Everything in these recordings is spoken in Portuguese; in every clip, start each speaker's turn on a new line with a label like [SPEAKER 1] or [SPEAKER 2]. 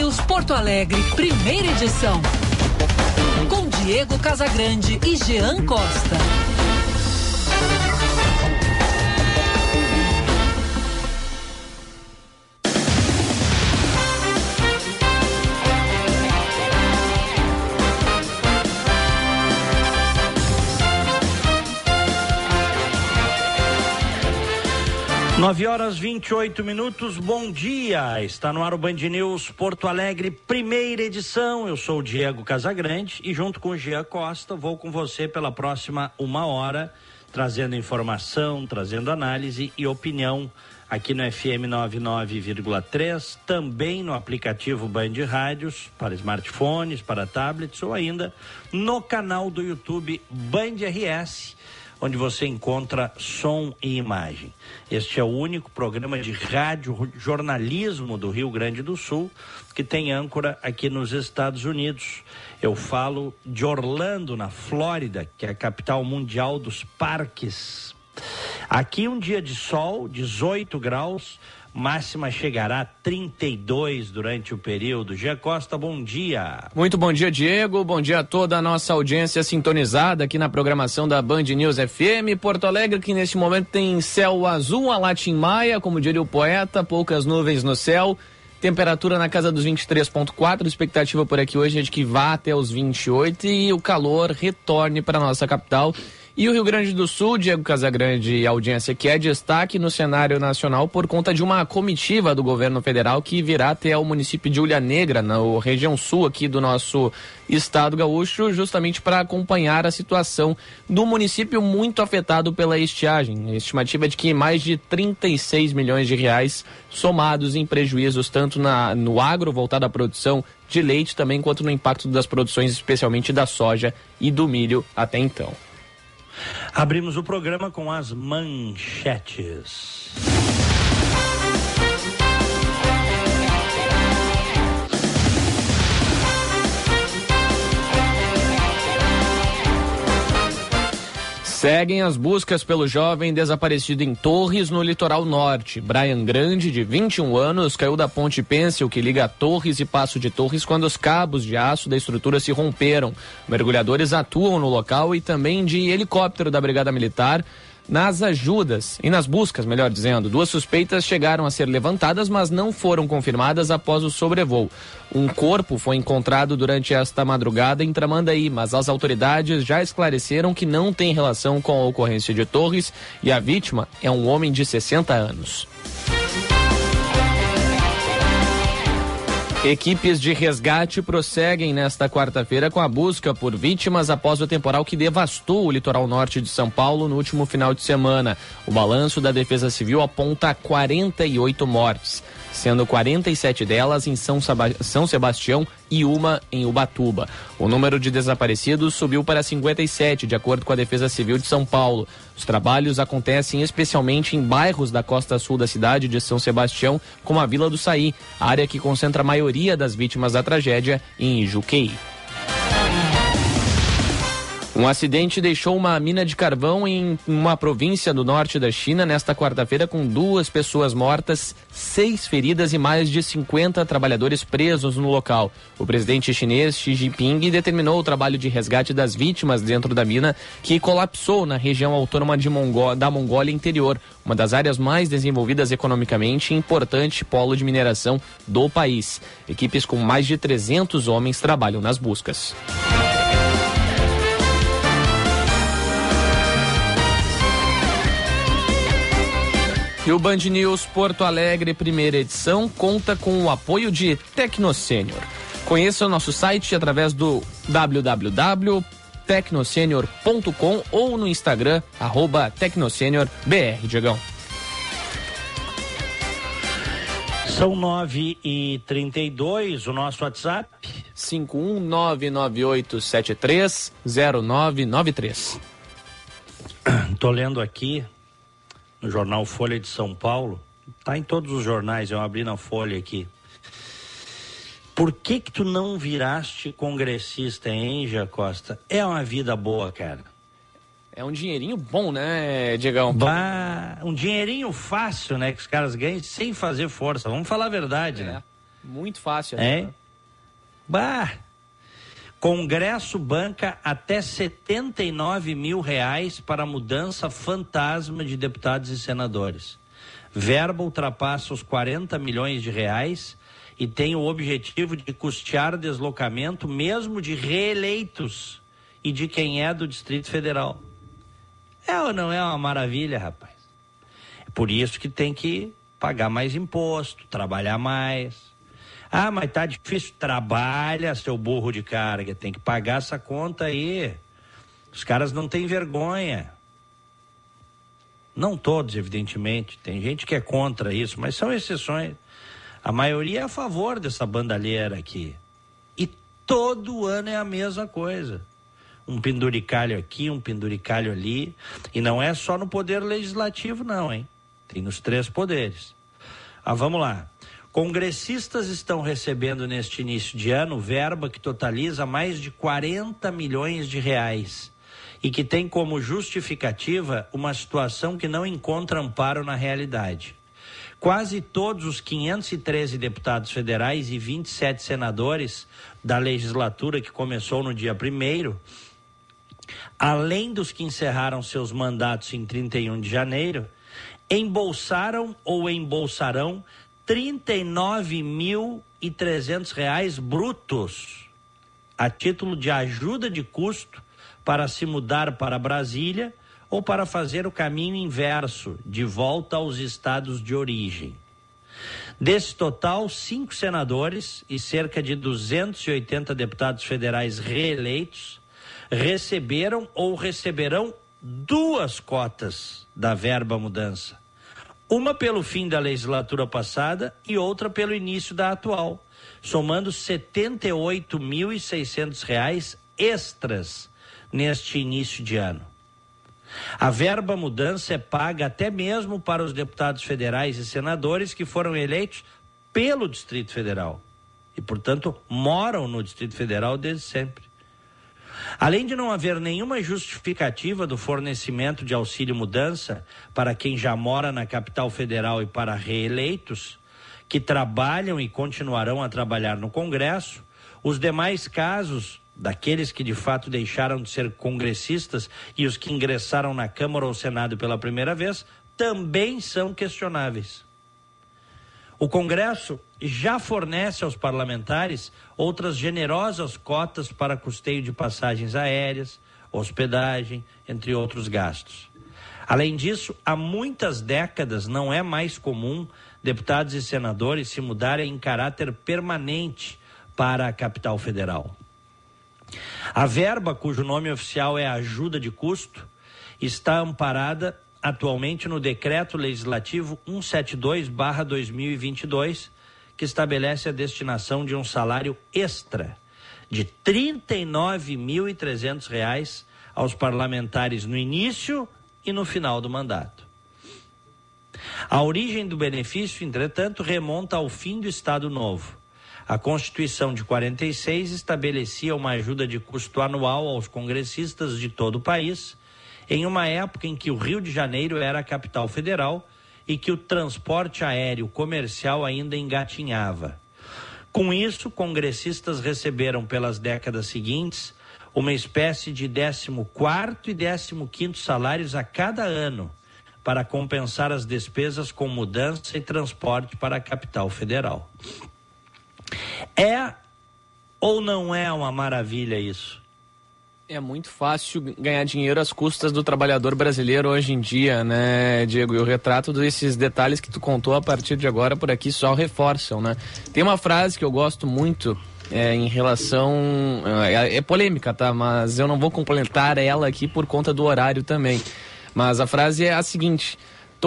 [SPEAKER 1] News Porto Alegre, primeira edição. Com Diego Casagrande e Jean Costa.
[SPEAKER 2] Nove horas 28 minutos, bom dia, está no ar o Band News Porto Alegre, primeira edição. Eu sou o Diego Casagrande e junto com o Jean Costa vou com você pela próxima uma hora, trazendo informação, trazendo análise e opinião aqui no FM 99,3, também no aplicativo Band Rádios, para smartphones, para tablets ou ainda no canal do YouTube Band RS, onde você encontra som e imagem. Este é o único programa de rádio jornalismo do Rio Grande do Sul que tem âncora aqui nos Estados Unidos. Eu falo de Orlando, na Flórida, que é a capital mundial dos parques. Aqui um dia de sol, 18 graus, máxima chegará a 32 durante o período. Gia Costa, bom dia.
[SPEAKER 3] Muito bom dia, Diego. Bom dia a toda a nossa audiência sintonizada aqui na programação da Band News FM. Porto Alegre, que neste momento tem céu azul a lá Tim Maia, como diria o poeta, poucas nuvens no céu. Temperatura na casa dos 23,4. Expectativa por aqui hoje é de que vá até os 28 e o calor retorne para a nossa capital. E o Rio Grande do Sul, Diego Casagrande e audiência, que é destaque no cenário nacional por conta de uma comitiva do governo federal que virá até o município de Ulha Negra, na região sul aqui do nosso estado gaúcho, justamente para acompanhar a situação do município muito afetado pela estiagem. A estimativa é de que mais de 36 milhões de reais somados em prejuízos, tanto no agro voltado à produção de leite também, quanto no impacto das produções, especialmente da soja e do milho até então.
[SPEAKER 2] Abrimos o programa com as manchetes.
[SPEAKER 3] Seguem as buscas pelo jovem desaparecido em Torres, no litoral norte. Brian Grande, de 21 anos, caiu da ponte Pêncil, que liga Torres e Passo de Torres, quando os cabos de aço da estrutura se romperam. Mergulhadores atuam no local e também de helicóptero da Brigada Militar nas ajudas e nas buscas, melhor dizendo. 2 suspeitas chegaram a ser levantadas, mas não foram confirmadas após o sobrevoo. Um corpo foi encontrado durante esta madrugada em Tramandaí, mas as autoridades já esclareceram que não tem relação com a ocorrência de Torres e a vítima é um homem de 60 anos. Equipes de resgate prosseguem nesta quarta-feira com a busca por vítimas após o temporal que devastou o litoral norte de São Paulo no último final de semana. O balanço da Defesa Civil aponta 48 mortes, sendo 47 delas em São Sebastião e uma em Ubatuba. O número de desaparecidos subiu para 57, de acordo com a Defesa Civil de São Paulo. Os trabalhos acontecem especialmente em bairros da costa sul da cidade de São Sebastião, como a Vila do Saí, área que concentra a maioria das vítimas da tragédia em Ijuqueí. Um acidente deixou uma mina de carvão em uma província do norte da China nesta quarta-feira, com 2 pessoas mortas, 6 feridas e mais de 50 trabalhadores presos no local. O presidente chinês Xi Jinping determinou o trabalho de resgate das vítimas dentro da mina, que colapsou na região autônoma da Mongólia Interior, uma das áreas mais desenvolvidas economicamente e importante polo de mineração do país. Equipes com mais de 300 homens trabalham nas buscas. E o Band News Porto Alegre, primeira edição, conta com o apoio de Tecnosênior. Conheça o nosso site através do www.tecnosenior.com ou no Instagram, @tecnosenior.br, Diegão.
[SPEAKER 2] São 9h32, o nosso WhatsApp
[SPEAKER 3] 51998730993.
[SPEAKER 2] Tô lendo aqui no jornal Folha de São Paulo, tá em todos os jornais, eu abri na Folha aqui. Por que tu não viraste congressista, hein, Gia Costa? É uma vida boa, cara.
[SPEAKER 3] É um dinheirinho bom, né, Diegão?
[SPEAKER 2] Um dinheirinho fácil, né, que os caras ganham sem fazer força. Vamos falar a verdade, né?
[SPEAKER 3] Muito fácil.
[SPEAKER 2] Né? Bah! Congresso banca até R$79 mil para mudança fantasma de deputados e senadores. Verba ultrapassa os R$40 milhões e tem o objetivo de custear deslocamento mesmo de reeleitos e de quem é do Distrito Federal. É ou não é uma maravilha, rapaz? É por isso que tem que pagar mais imposto, trabalhar mais. Ah, mas tá difícil. Trabalha, seu burro de carga. Tem que pagar essa conta aí. Os caras não têm vergonha. Não todos, evidentemente. Tem gente que é contra isso, mas são exceções. A maioria é a favor dessa bandalheira aqui. E todo ano é a mesma coisa. Um penduricalho aqui, um penduricalho ali. E não é só no poder legislativo, não, hein? Tem nos 3 poderes. Vamos lá. Congressistas estão recebendo neste início de ano verba que totaliza mais de R$40 milhões e que tem como justificativa uma situação que não encontra amparo na realidade. Quase todos os 513 deputados federais e 27 senadores da legislatura que começou no dia 1º, além dos que encerraram seus mandatos em 31 de janeiro, embolsaram ou embolsarão R$39.300 brutos a título de ajuda de custo para se mudar para Brasília ou para fazer o caminho inverso, de volta aos estados de origem. Desse total, 5 senadores e cerca de 280 deputados federais reeleitos receberam ou receberão 2 cotas da verba mudança. Uma pelo fim da legislatura passada e outra pelo início da atual, somando R$78.600 extras neste início de ano. A verba mudança é paga até mesmo para os deputados federais e senadores que foram eleitos pelo Distrito Federal e, portanto, moram no Distrito Federal desde sempre. Além de não haver nenhuma justificativa do fornecimento de auxílio mudança para quem já mora na capital federal e para reeleitos, que trabalham e continuarão a trabalhar no Congresso, os demais casos daqueles que de fato deixaram de ser congressistas e os que ingressaram na Câmara ou Senado pela primeira vez, também são questionáveis. O Congresso já fornece aos parlamentares outras generosas cotas para custeio de passagens aéreas, hospedagem, entre outros gastos. Além disso, há muitas décadas não é mais comum deputados e senadores se mudarem em caráter permanente para a capital federal. A verba, cujo nome oficial é ajuda de custo, está amparada atualmente no Decreto Legislativo 172/2022, que estabelece a destinação de um salário extra de R$ 39.300 aos parlamentares no início e no final do mandato. A origem do benefício, entretanto, remonta ao fim do Estado Novo. A Constituição de 46 estabelecia uma ajuda de custo anual aos congressistas de todo o país, em uma época em que o Rio de Janeiro era a capital federal e que o transporte aéreo comercial ainda engatinhava. Com isso, congressistas receberam pelas décadas seguintes uma espécie de 14º e 15º salários a cada ano para compensar as despesas com mudança e transporte para a capital federal. É ou não é uma maravilha isso?
[SPEAKER 3] É muito fácil ganhar dinheiro às custas do trabalhador brasileiro hoje em dia, né, Diego? E o retrato desses detalhes que tu contou a partir de agora por aqui só reforçam, né? Tem uma frase que eu gosto muito em relação... É polêmica, tá? Mas eu não vou complementar ela aqui por conta do horário também. Mas a frase é a seguinte...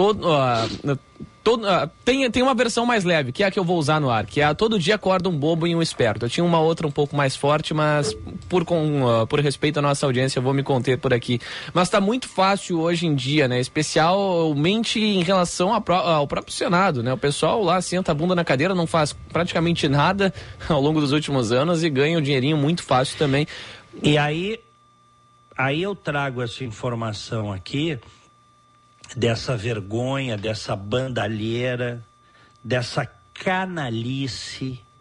[SPEAKER 3] Tem uma versão mais leve, que é a que eu vou usar no ar, que é todo dia acorda um bobo e um esperto. Eu tinha uma outra um pouco mais forte, mas por respeito à nossa audiência eu vou me conter por aqui. Mas tá muito fácil hoje em dia, né? Especialmente em relação ao próprio Senado, né? O pessoal lá senta a bunda na cadeira, não faz praticamente nada ao longo dos últimos anos e ganha um dinheirinho muito fácil também.
[SPEAKER 2] E aí eu trago essa informação aqui dessa vergonha, dessa bandalheira, dessa canalice,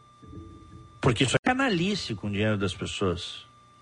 [SPEAKER 2] Porque isso é canalice com o dinheiro das pessoas.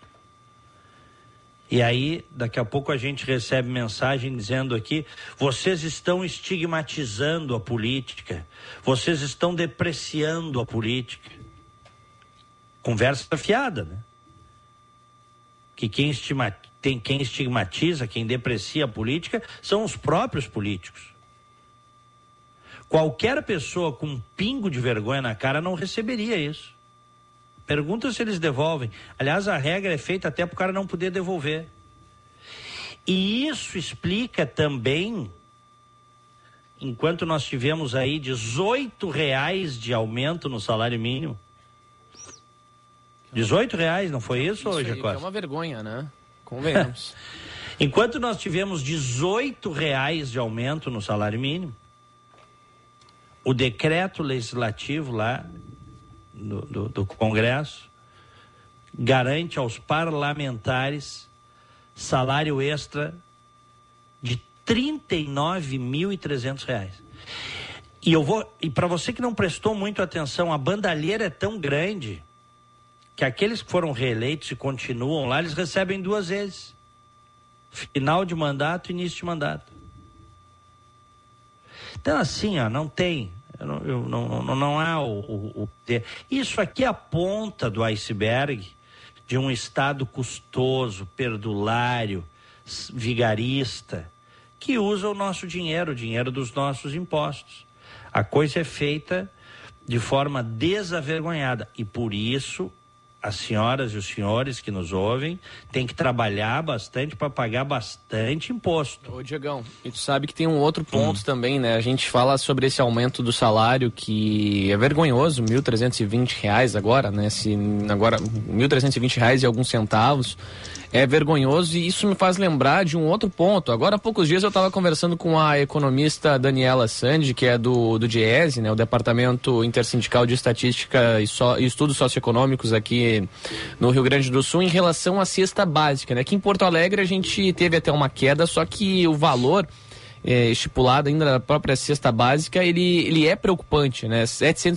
[SPEAKER 2] E aí, daqui a pouco a gente recebe mensagem dizendo aqui: vocês estão estigmatizando a política, vocês estão depreciando a política. Conversa fiada, né? Que quem estigmatiza, quem deprecia a política são os próprios políticos. Qualquer pessoa com um pingo de vergonha na cara não receberia isso. Pergunta se eles devolvem. Aliás, a regra é feita até para o cara não poder devolver. E isso explica também, enquanto nós tivemos aí R$18 de aumento no salário mínimo. R$18, não foi isso hoje, Costa?
[SPEAKER 3] É uma vergonha, né? Convenhamos.
[SPEAKER 2] Enquanto nós tivemos R$18 de aumento no salário mínimo, o decreto legislativo lá do Congresso garante aos parlamentares salário extra de R$39.300. E para você que não prestou muito atenção, a bandalheira é tão grande que aqueles que foram reeleitos e continuam lá, eles recebem 2 vezes. Final de mandato e início de mandato. Então assim, não tem... Não há isso aqui é a ponta do iceberg de um Estado custoso, perdulário, vigarista, que usa o nosso dinheiro, o dinheiro dos nossos impostos. A coisa é feita de forma desavergonhada e por isso as senhoras e os senhores que nos ouvem têm que trabalhar bastante para pagar bastante imposto.
[SPEAKER 3] Ô, Diegão, e tu sabe que tem um outro ponto também, né? A gente fala sobre esse aumento do salário que é vergonhoso, R$1.320 agora, né? Agora, R$1.320 e alguns centavos. É vergonhoso e isso me faz lembrar de um outro ponto. Agora há poucos dias eu estava conversando com a economista Daniela Sandi, que é do DIESE, né, o Departamento Intersindical de Estatística e Estudos Socioeconômicos aqui no Rio Grande do Sul, em relação à cesta básica, né? Aqui em Porto Alegre a gente teve até uma queda, só que o valor estipulado ainda na própria cesta básica, ele é preocupante, né?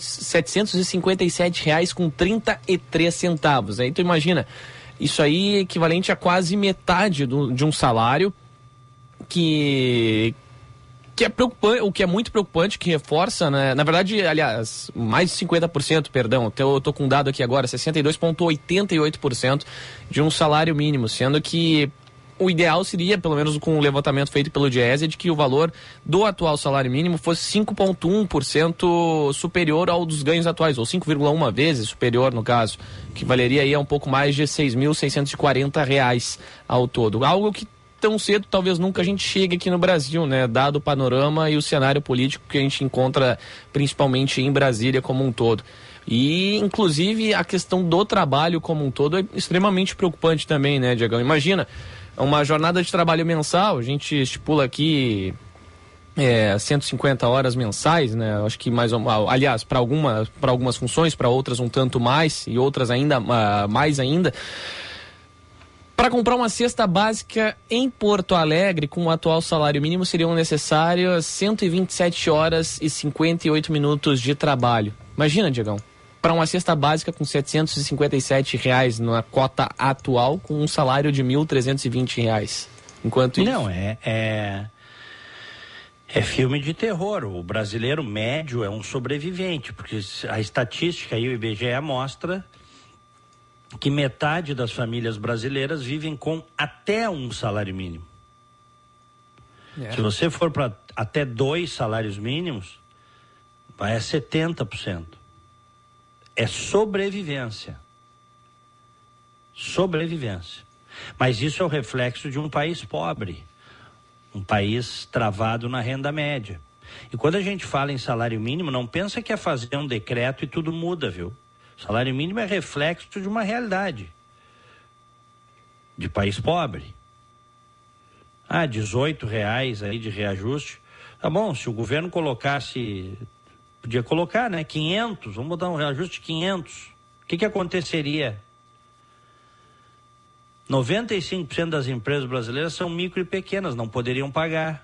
[SPEAKER 3] R$757,33. Aí tu imagina, isso aí é equivalente a quase metade de um salário que é preocupante, o que é muito preocupante, que reforça, né? Na verdade, aliás, mais de 50%, perdão, eu tô com um dado aqui agora, 62,88% de um salário mínimo, sendo que o ideal seria, pelo menos com o levantamento feito pelo DIESE, de que o valor do atual salário mínimo fosse 5,1% superior ao dos ganhos atuais, ou 5,1 vezes superior, no caso, que valeria aí a um pouco mais de R$6.640 ao todo. Algo que tão cedo talvez nunca a gente chegue aqui no Brasil, né? Dado o panorama e o cenário político que a gente encontra principalmente em Brasília como um todo. E, inclusive, a questão do trabalho como um todo é extremamente preocupante também, né, Diegão? Imagina, uma jornada de trabalho mensal, a gente estipula aqui 150 horas mensais, né? Acho que aliás, para algumas funções, para outras um tanto mais e outras ainda mais ainda. Para comprar uma cesta básica em Porto Alegre, com o atual salário mínimo, seriam necessárias 127 horas e 58 minutos de trabalho. Imagina, Diegão, para uma cesta básica com R$757 na cota atual, com um salário de R$1.320. Enquanto isso...
[SPEAKER 2] Não, é filme de terror. O brasileiro médio é um sobrevivente, porque a estatística aí, o IBGE mostra que metade das famílias brasileiras vivem com até um salário mínimo. Se você for para até 2 salários mínimos, vai a 70%. É sobrevivência. Sobrevivência. Mas isso é o reflexo de um país pobre. Um país travado na renda média. E quando a gente fala em salário mínimo, não pensa que é fazer um decreto e tudo muda, viu? Salário mínimo é reflexo de uma realidade. De país pobre. R$18 aí de reajuste. Tá bom, se o governo colocasse... Podia colocar, né? 500, vamos botar um reajuste de 500. O que aconteceria? 95% das empresas brasileiras são micro e pequenas, não poderiam pagar.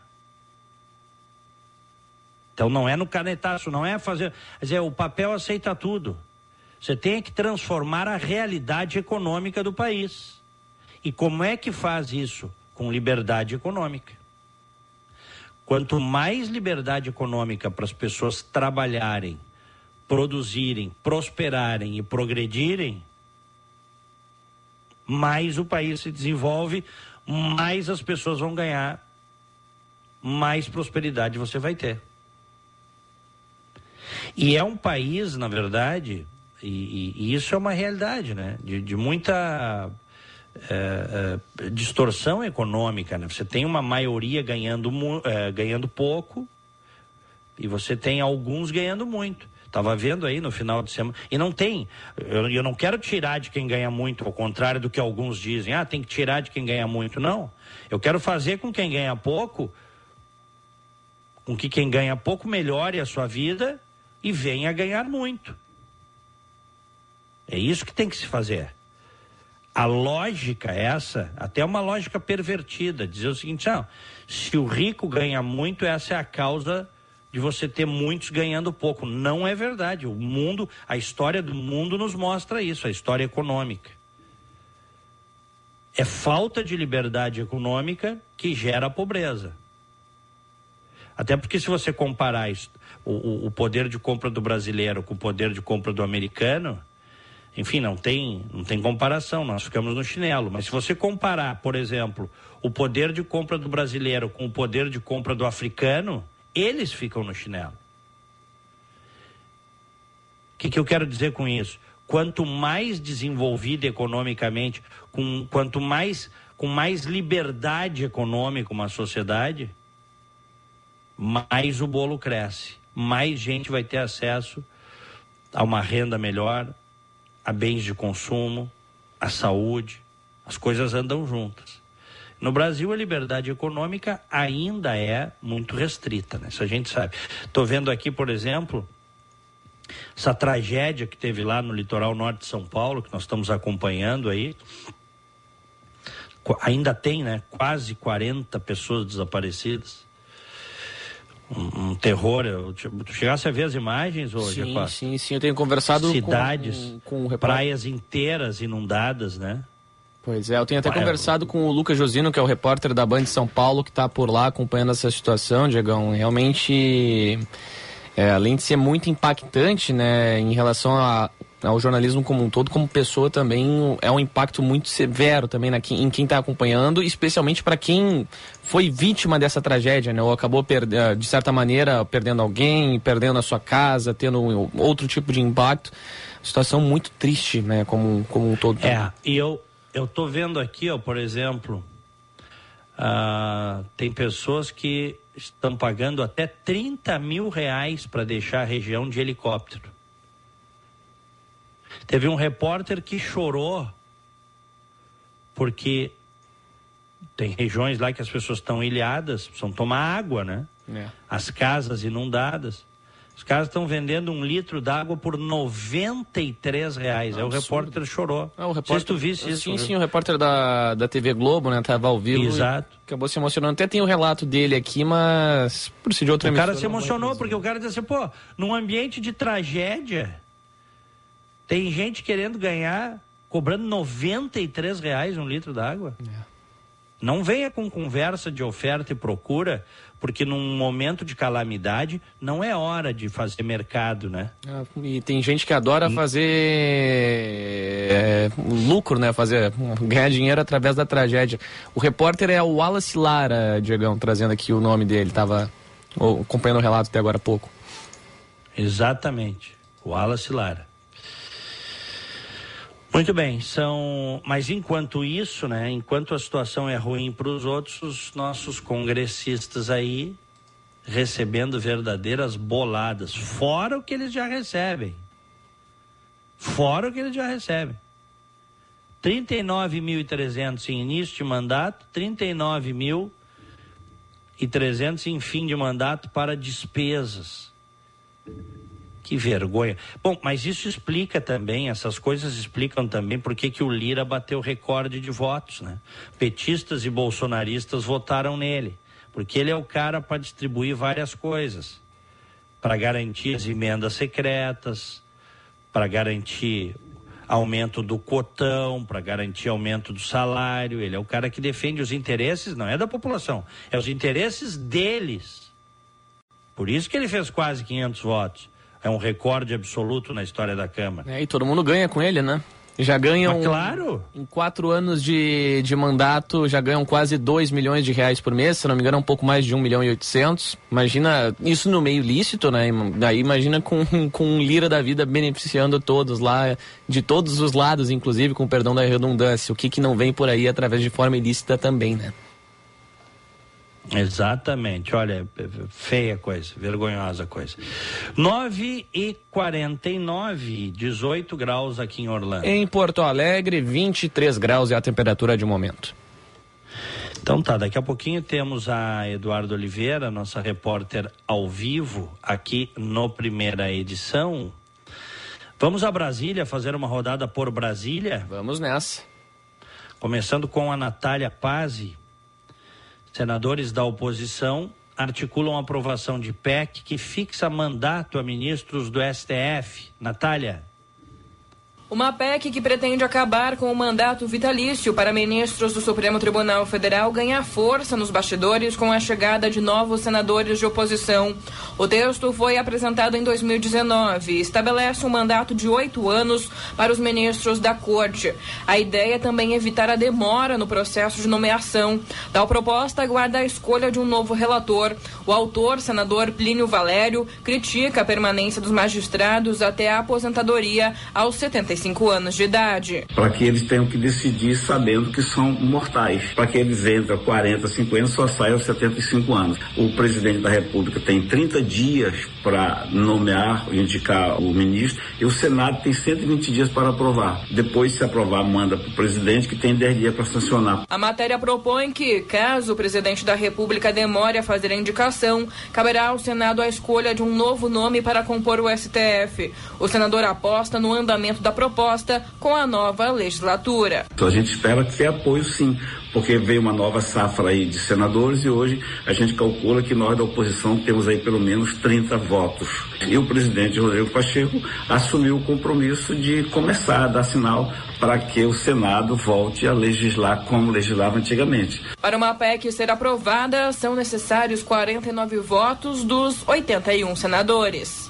[SPEAKER 2] Então não é no canetaço, não é fazer... Quer dizer, o papel aceita tudo. Você tem que transformar a realidade econômica do país. E como é que faz isso? Com liberdade econômica. Quanto mais liberdade econômica para as pessoas trabalharem, produzirem, prosperarem e progredirem, mais o país se desenvolve, mais as pessoas vão ganhar, mais prosperidade você vai ter. E é um país, na verdade, e isso é uma realidade, né? De muita distorção econômica, né? Você tem uma maioria ganhando pouco e você tem alguns ganhando muito. Estava vendo aí no final de semana. E não tem, eu não quero tirar de quem ganha muito, ao contrário do que alguns dizem. Tem que tirar de quem ganha muito. Não. Eu quero fazer com quem ganha pouco, com que quem ganha pouco melhore a sua vida e venha a ganhar muito. É isso que tem que se fazer. A lógica é essa, até uma lógica pervertida, dizer o seguinte, não, se o rico ganha muito, essa é a causa de você ter muitos ganhando pouco. Não é verdade. O mundo, a história do mundo nos mostra isso, a história econômica. É falta de liberdade econômica que gera a pobreza. Até porque se você comparar o poder de compra do brasileiro com o poder de compra do americano, enfim, não tem comparação, nós ficamos no chinelo. Mas se você comparar, por exemplo, o poder de compra do brasileiro com o poder de compra do africano, eles ficam no chinelo. O que eu quero dizer com isso? Quanto mais desenvolvida economicamente, com mais liberdade econômica uma sociedade, mais o bolo cresce. Mais gente vai ter acesso a uma renda melhor, a bens de consumo, a saúde. As coisas andam juntas. No Brasil, a liberdade econômica ainda é muito restrita, né? Isso a gente sabe. Estou vendo aqui, por exemplo, essa tragédia que teve lá no litoral norte de São Paulo, que nós estamos acompanhando aí. Ainda tem, né? Quase 40 pessoas desaparecidas. Um terror. Tu chegasse a ver as imagens hoje?
[SPEAKER 3] Sim. Eu tenho conversado
[SPEAKER 2] cidades,
[SPEAKER 3] com
[SPEAKER 2] praias inteiras inundadas, né?
[SPEAKER 3] Pois é, eu tenho até conversado com o Lucas Josino, que é o repórter da Band de São Paulo, que está por lá acompanhando essa situação, Diegão. Realmente, além de ser muito impactante, né, em relação ao jornalismo como um todo, como pessoa também, é um impacto muito severo também em quem está acompanhando, especialmente para quem foi vítima dessa tragédia, né, ou acabou, de certa maneira, perdendo alguém, perdendo a sua casa, tendo outro tipo de impacto. Situação muito triste, né, como um todo.
[SPEAKER 2] E eu tô vendo aqui, por exemplo, tem pessoas que estão pagando até R$30 mil para deixar a região de helicóptero. Teve um repórter que chorou porque tem regiões lá que as pessoas estão ilhadas, precisam tomar água, né? As casas inundadas. Os caras estão vendendo 1 litro d'água por R$93. O repórter chorou.
[SPEAKER 3] O repórter,
[SPEAKER 2] se tu visse isso.
[SPEAKER 3] Sim, o repórter da TV Globo, né? Tava ao vivo.
[SPEAKER 2] Exato.
[SPEAKER 3] Acabou se emocionando. Até tem o relato dele aqui, mas por si de outra emissora.
[SPEAKER 2] O cara se emocionou porque o cara disse assim, num ambiente de tragédia, tem gente querendo ganhar, cobrando R$93 1 litro d'água. Não venha com conversa de oferta e procura, porque num momento de calamidade não é hora de fazer mercado, né?
[SPEAKER 3] E tem gente que adora fazer lucro, né? Ganhar dinheiro através da tragédia. O repórter é o Wallace Lara, Diegão, trazendo aqui o nome dele. Estava acompanhando o relato até agora há pouco.
[SPEAKER 2] Exatamente, o Wallace Lara. Muito bem, mas enquanto isso, né, enquanto a situação é ruim para os outros, os nossos congressistas aí recebendo verdadeiras boladas, fora o que eles já recebem. 39.300 em início de mandato, 39.300 em fim de mandato para despesas. Que vergonha. Bom, mas isso explica também, essas coisas explicam também por que o Lira bateu recorde de votos, né? Petistas e bolsonaristas votaram nele, porque ele é o cara para distribuir várias coisas, para garantir as emendas secretas, para garantir aumento do cotão, para garantir aumento do salário. Ele é o cara que defende os interesses, não é da população, é os interesses deles. Por isso que ele fez quase 500 votos. É um recorde absoluto na história da Câmara.
[SPEAKER 3] E todo mundo ganha com ele, né? Já ganham,
[SPEAKER 2] claro,
[SPEAKER 3] em 4 anos de mandato, já ganham quase 2 milhões de reais por mês, se não me engano, um pouco mais de 1 milhão e 800. Imagina isso no meio lícito, né? Daí imagina com um Lira da vida beneficiando todos lá, de todos os lados, inclusive, com perdão da redundância. O que não vem por aí através de forma ilícita também, né?
[SPEAKER 2] Exatamente, olha, feia coisa, vergonhosa coisa. 9h49, 18 graus aqui em Orlando.
[SPEAKER 3] Em Porto Alegre, 23 graus é a temperatura de momento.
[SPEAKER 2] Então tá, daqui a pouquinho temos a Eduardo Oliveira, nossa repórter ao vivo, aqui no Primeira Edição. Vamos a Brasília fazer uma rodada por Brasília?
[SPEAKER 3] Vamos nessa.
[SPEAKER 2] Começando com a Natália Pazzi. Senadores da oposição articulam a aprovação de PEC que fixa mandato a ministros do STF. Natália.
[SPEAKER 4] Uma PEC que pretende acabar com o mandato vitalício para ministros do Supremo Tribunal Federal ganha força nos bastidores com a chegada de novos senadores de oposição. O texto foi apresentado em 2019 e estabelece um mandato de 8 anos para os ministros da Corte. A ideia é também evitar a demora no processo de nomeação. Tal proposta aguarda a escolha de um novo relator. O autor, senador Plínio Valério, critica a permanência dos magistrados até a aposentadoria aos 75 anos de idade.
[SPEAKER 5] Para que eles tenham que decidir sabendo que são mortais. Para que eles entrem 40, 50, só saiam aos 75 anos. O presidente da República tem 30 dias para nomear, indicar o ministro, e o Senado tem 120 dias para aprovar. Depois, se aprovar, manda para o presidente, que tem 10 dias para sancionar.
[SPEAKER 4] A matéria propõe que, caso o presidente da República demore a fazer a indicação, caberá ao Senado a escolha de um novo nome para compor o STF. O senador aposta no andamento da proposta com a nova legislatura.
[SPEAKER 5] Então a gente espera que tenha apoio, sim, porque veio uma nova safra aí de senadores e hoje a gente calcula que nós da oposição temos aí pelo menos 30 votos. E o presidente Rodrigo Pacheco assumiu o compromisso de começar a dar sinal para que o Senado volte a legislar como legislava antigamente.
[SPEAKER 4] Para uma PEC ser aprovada, são necessários 49 votos dos 81 senadores.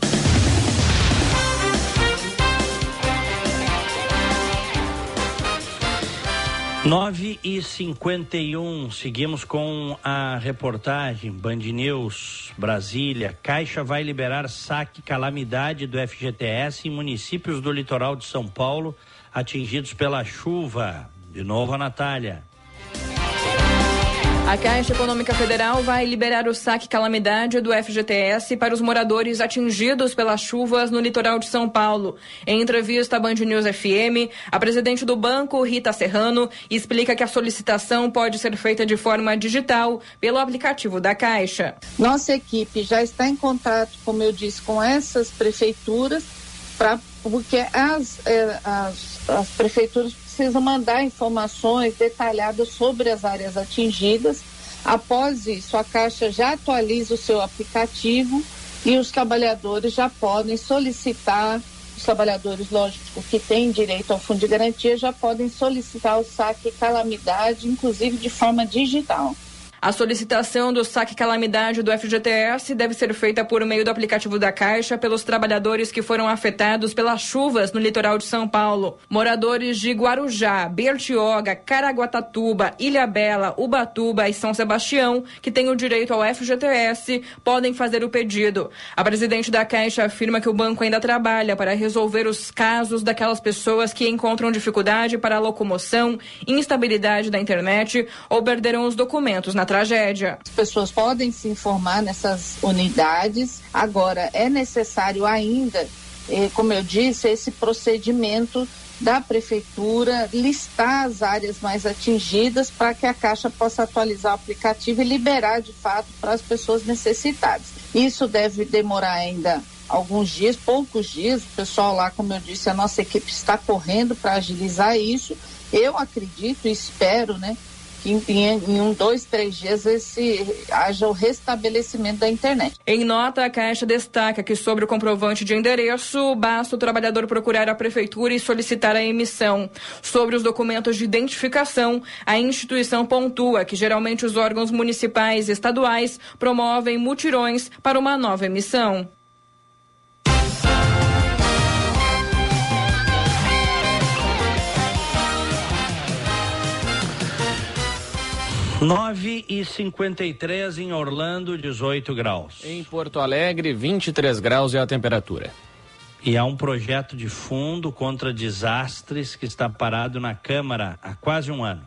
[SPEAKER 2] 9h51, seguimos com a reportagem Band News Brasília. Caixa vai liberar saque calamidade do FGTS em municípios do litoral de São Paulo atingidos pela chuva. De novo a Natália.
[SPEAKER 4] A Caixa Econômica Federal vai liberar o saque calamidade do FGTS para os moradores atingidos pelas chuvas no litoral de São Paulo. Em entrevista à Band News FM, a presidente do banco, Rita Serrano, explica que a solicitação pode ser feita de forma digital pelo aplicativo da Caixa.
[SPEAKER 6] Nossa equipe já está em contato, como eu disse, com essas prefeituras, porque as prefeituras precisam mandar informações detalhadas sobre as áreas atingidas. Após isso, a Caixa já atualiza o seu aplicativo e os trabalhadores já podem solicitar, os trabalhadores, lógico, que têm direito ao fundo de garantia, já podem solicitar o saque calamidade, inclusive de forma digital.
[SPEAKER 4] A solicitação do saque calamidade do FGTS deve ser feita por meio do aplicativo da Caixa pelos trabalhadores que foram afetados pelas chuvas no litoral de São Paulo. Moradores de Guarujá, Bertioga, Caraguatatuba, Ilhabela, Ubatuba e São Sebastião, que têm o direito ao FGTS, podem fazer o pedido. A presidente da Caixa afirma que o banco ainda trabalha para resolver os casos daquelas pessoas que encontram dificuldade para a locomoção, instabilidade da internet ou perderam os documentos na tragédia.
[SPEAKER 6] As pessoas podem se informar nessas unidades. Agora, é necessário ainda, como eu disse, esse procedimento da prefeitura, listar as áreas mais atingidas para que a Caixa possa atualizar o aplicativo e liberar de fato para as pessoas necessitadas. Isso deve demorar ainda alguns dias, poucos dias. O pessoal lá, como eu disse, a nossa equipe está correndo para agilizar isso. Eu acredito e espero, que em 2, 3 dias haja o restabelecimento da internet.
[SPEAKER 4] Em nota, a Caixa destaca que sobre o comprovante de endereço, basta o trabalhador procurar a prefeitura e solicitar a emissão. Sobre os documentos de identificação, a instituição pontua que geralmente os órgãos municipais e estaduais promovem mutirões para uma nova emissão.
[SPEAKER 2] Nove e 53 em Orlando, 18 graus.
[SPEAKER 3] Em Porto Alegre, 23 graus é a temperatura.
[SPEAKER 2] E há um projeto de fundo contra desastres que está parado na Câmara há quase um ano.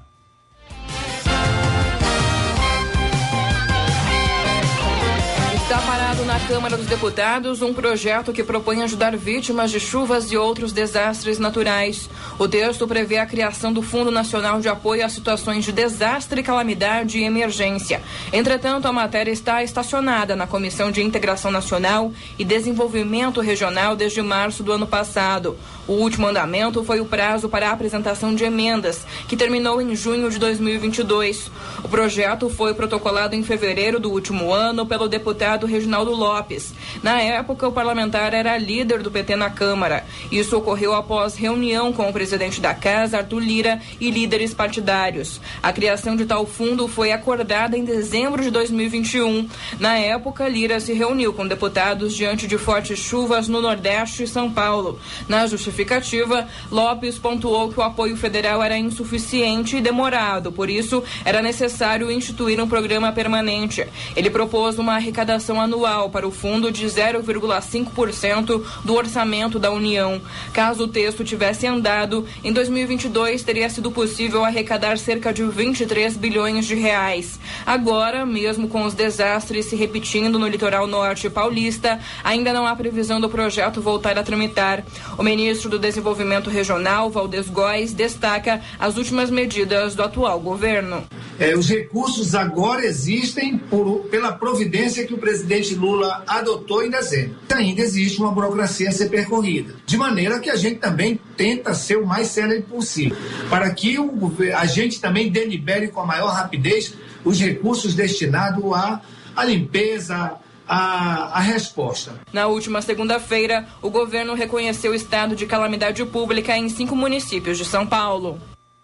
[SPEAKER 4] Está parado na Câmara dos Deputados um projeto que propõe ajudar vítimas de chuvas e outros desastres naturais. O texto prevê a criação do Fundo Nacional de Apoio a Situações de Desastre, Calamidade e Emergência. Entretanto, a matéria está estacionada na Comissão de Integração Nacional e Desenvolvimento Regional desde março do ano passado. O último andamento foi o prazo para a apresentação de emendas, que terminou em junho de 2022. O projeto foi protocolado em fevereiro do último ano pelo deputado Reginaldo Lopes. Na época, o parlamentar era líder do PT na Câmara. Isso ocorreu após reunião com o presidente da Casa, Arthur Lira, e líderes partidários. A criação de tal fundo foi acordada em dezembro de 2021. Na época, Lira se reuniu com deputados diante de fortes chuvas no Nordeste e São Paulo. Na justificativa, Lopes pontuou que o apoio federal era insuficiente e demorado, por isso era necessário instituir um programa permanente. Ele propôs uma arrecadação anual para o fundo de 0,5% do orçamento da União. Caso o texto tivesse andado, em 2022 teria sido possível arrecadar cerca de 23 bilhões de reais. Agora, mesmo com os desastres se repetindo no litoral norte paulista, ainda não há previsão do projeto voltar a tramitar. O ministro do Desenvolvimento Regional, Valdez Góes, destaca as últimas medidas do atual governo.
[SPEAKER 7] Os recursos agora existem pela providência que o presidente Lula adotou em dezembro. Ainda existe uma burocracia a ser percorrida, de maneira que a gente também tenta ser o mais célere possível, para que a gente também delibere com a maior rapidez os recursos destinados à limpeza, a resposta.
[SPEAKER 4] Na última segunda-feira, o governo reconheceu o estado de calamidade pública em 5 municípios de São Paulo.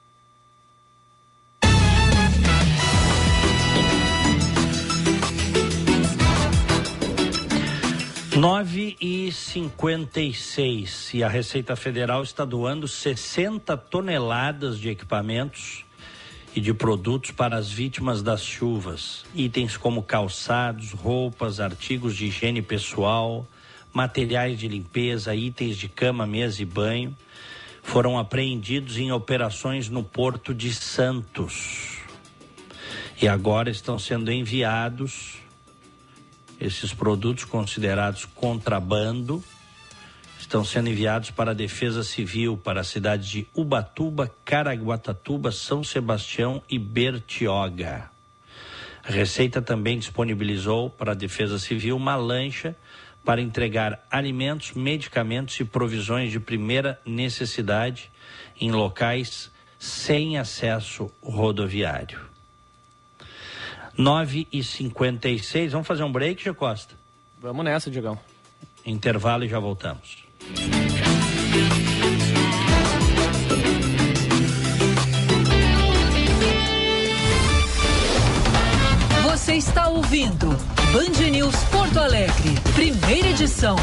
[SPEAKER 2] Nove e 56 e a Receita Federal está doando 60 toneladas de equipamentos e de produtos para as vítimas das chuvas. Itens como calçados, roupas, artigos de higiene pessoal, materiais de limpeza, itens de cama, mesa e banho foram apreendidos em operações no Porto de Santos. E agora estão sendo enviados esses produtos considerados contrabando, estão sendo enviados para a Defesa Civil, para as cidades de Ubatuba, Caraguatatuba, São Sebastião e Bertioga. A Receita também disponibilizou para a Defesa Civil uma lancha para entregar alimentos, medicamentos e provisões de primeira necessidade em locais sem acesso rodoviário. 9h56, vamos fazer um break, Gê Costa?
[SPEAKER 3] Vamos nessa, Diegão.
[SPEAKER 2] Intervalo e já voltamos.
[SPEAKER 1] Você está ouvindo Band News Porto Alegre, primeira edição.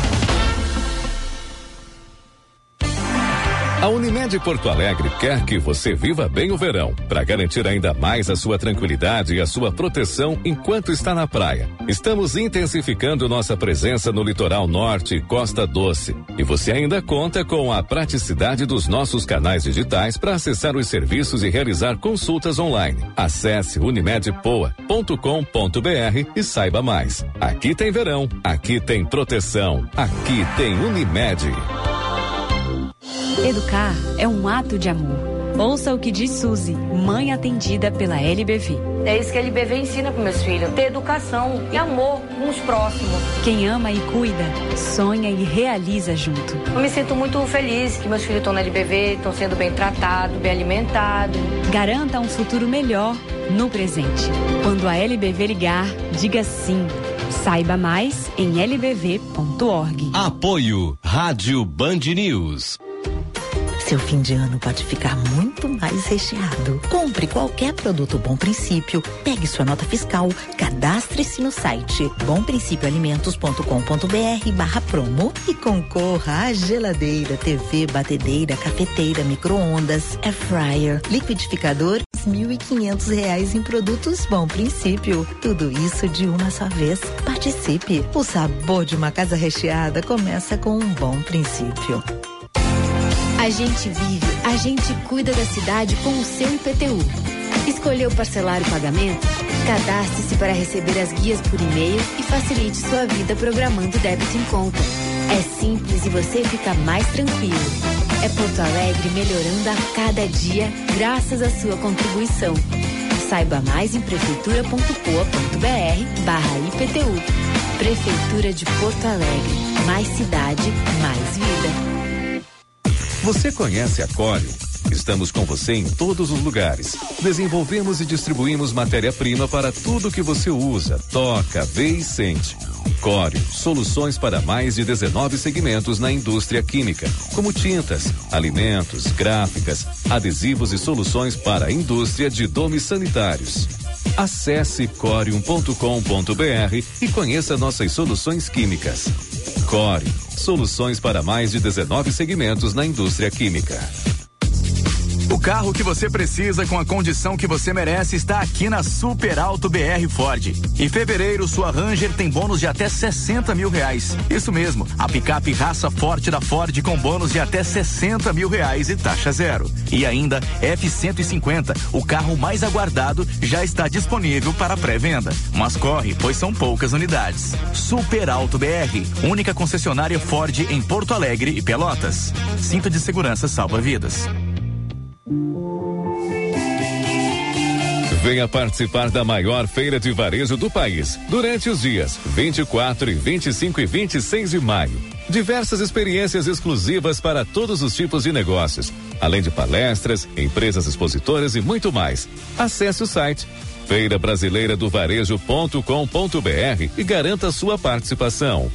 [SPEAKER 8] A Unimed Porto Alegre quer que você viva bem o verão, para garantir ainda mais a sua tranquilidade e a sua proteção enquanto está na praia. Estamos intensificando nossa presença no litoral norte e Costa Doce. E você ainda conta com a praticidade dos nossos canais digitais para acessar os serviços e realizar consultas online. Acesse unimedpoa.com.br e saiba mais. Aqui tem verão, aqui tem proteção, aqui tem Unimed.
[SPEAKER 9] Educar é um ato de amor. Ouça o que diz Suzy, mãe atendida pela LBV.
[SPEAKER 10] É isso que a LBV ensina para meus filhos: ter educação e amor com os próximos.
[SPEAKER 9] Quem ama e cuida, sonha e realiza junto.
[SPEAKER 10] Eu me sinto muito feliz que meus filhos estão na LBV, estão sendo bem tratados, bem alimentados.
[SPEAKER 9] Garanta um futuro melhor no presente. Quando a LBV ligar, diga sim. Saiba mais em lbv.org.
[SPEAKER 11] Apoio Rádio Band News.
[SPEAKER 12] Seu fim de ano pode ficar muito mais recheado. Compre qualquer produto Bom Princípio, pegue sua nota fiscal, cadastre-se no site bomprincipioalimentos.com.br/promo e concorra a geladeira, TV, batedeira, cafeteira, micro-ondas, air fryer, liquidificador, R$1.500 em produtos Bom Princípio. Tudo isso de uma só vez. Participe. O sabor de uma casa recheada começa com um Bom Princípio.
[SPEAKER 13] A gente vive, a gente cuida da cidade com o seu IPTU. Escolheu parcelar o pagamento? Cadastre-se para receber as guias por e-mail e facilite sua vida programando débito em conta. É simples e você fica mais tranquilo. É Porto Alegre melhorando a cada dia graças à sua contribuição. Saiba mais em prefeitura.poa.br/IPTU. Prefeitura de Porto Alegre. Mais cidade, mais vida.
[SPEAKER 8] Você conhece a Corium? Estamos com você em todos os lugares. Desenvolvemos e distribuímos matéria-prima para tudo que você usa, toca, vê e sente. Corium, soluções para mais de 19 segmentos na indústria química, como tintas, alimentos, gráficas, adesivos e soluções para a indústria de domes sanitários. Acesse corium.com.br e conheça nossas soluções químicas. Corium, soluções para mais de 19 segmentos na indústria química.
[SPEAKER 14] O carro que você precisa com a condição que você merece está aqui na Super Alto BR Ford. Em fevereiro, sua Ranger tem bônus de até R$60 mil. Isso mesmo, a picape raça forte da Ford com bônus de até R$60 mil e taxa zero. E ainda F-150, o carro mais aguardado, já está disponível para pré-venda. Mas corre, pois são poucas unidades. Super Alto BR, única concessionária Ford em Porto Alegre e Pelotas. Cinto de segurança salva vidas.
[SPEAKER 8] Venha participar da maior feira de varejo do país, durante os dias 24, 25 e 26 de maio. Diversas experiências exclusivas para todos os tipos de negócios, além de palestras, empresas expositoras e muito mais. Acesse o site feirabrasileiradovarejo.com.br e garanta sua participação.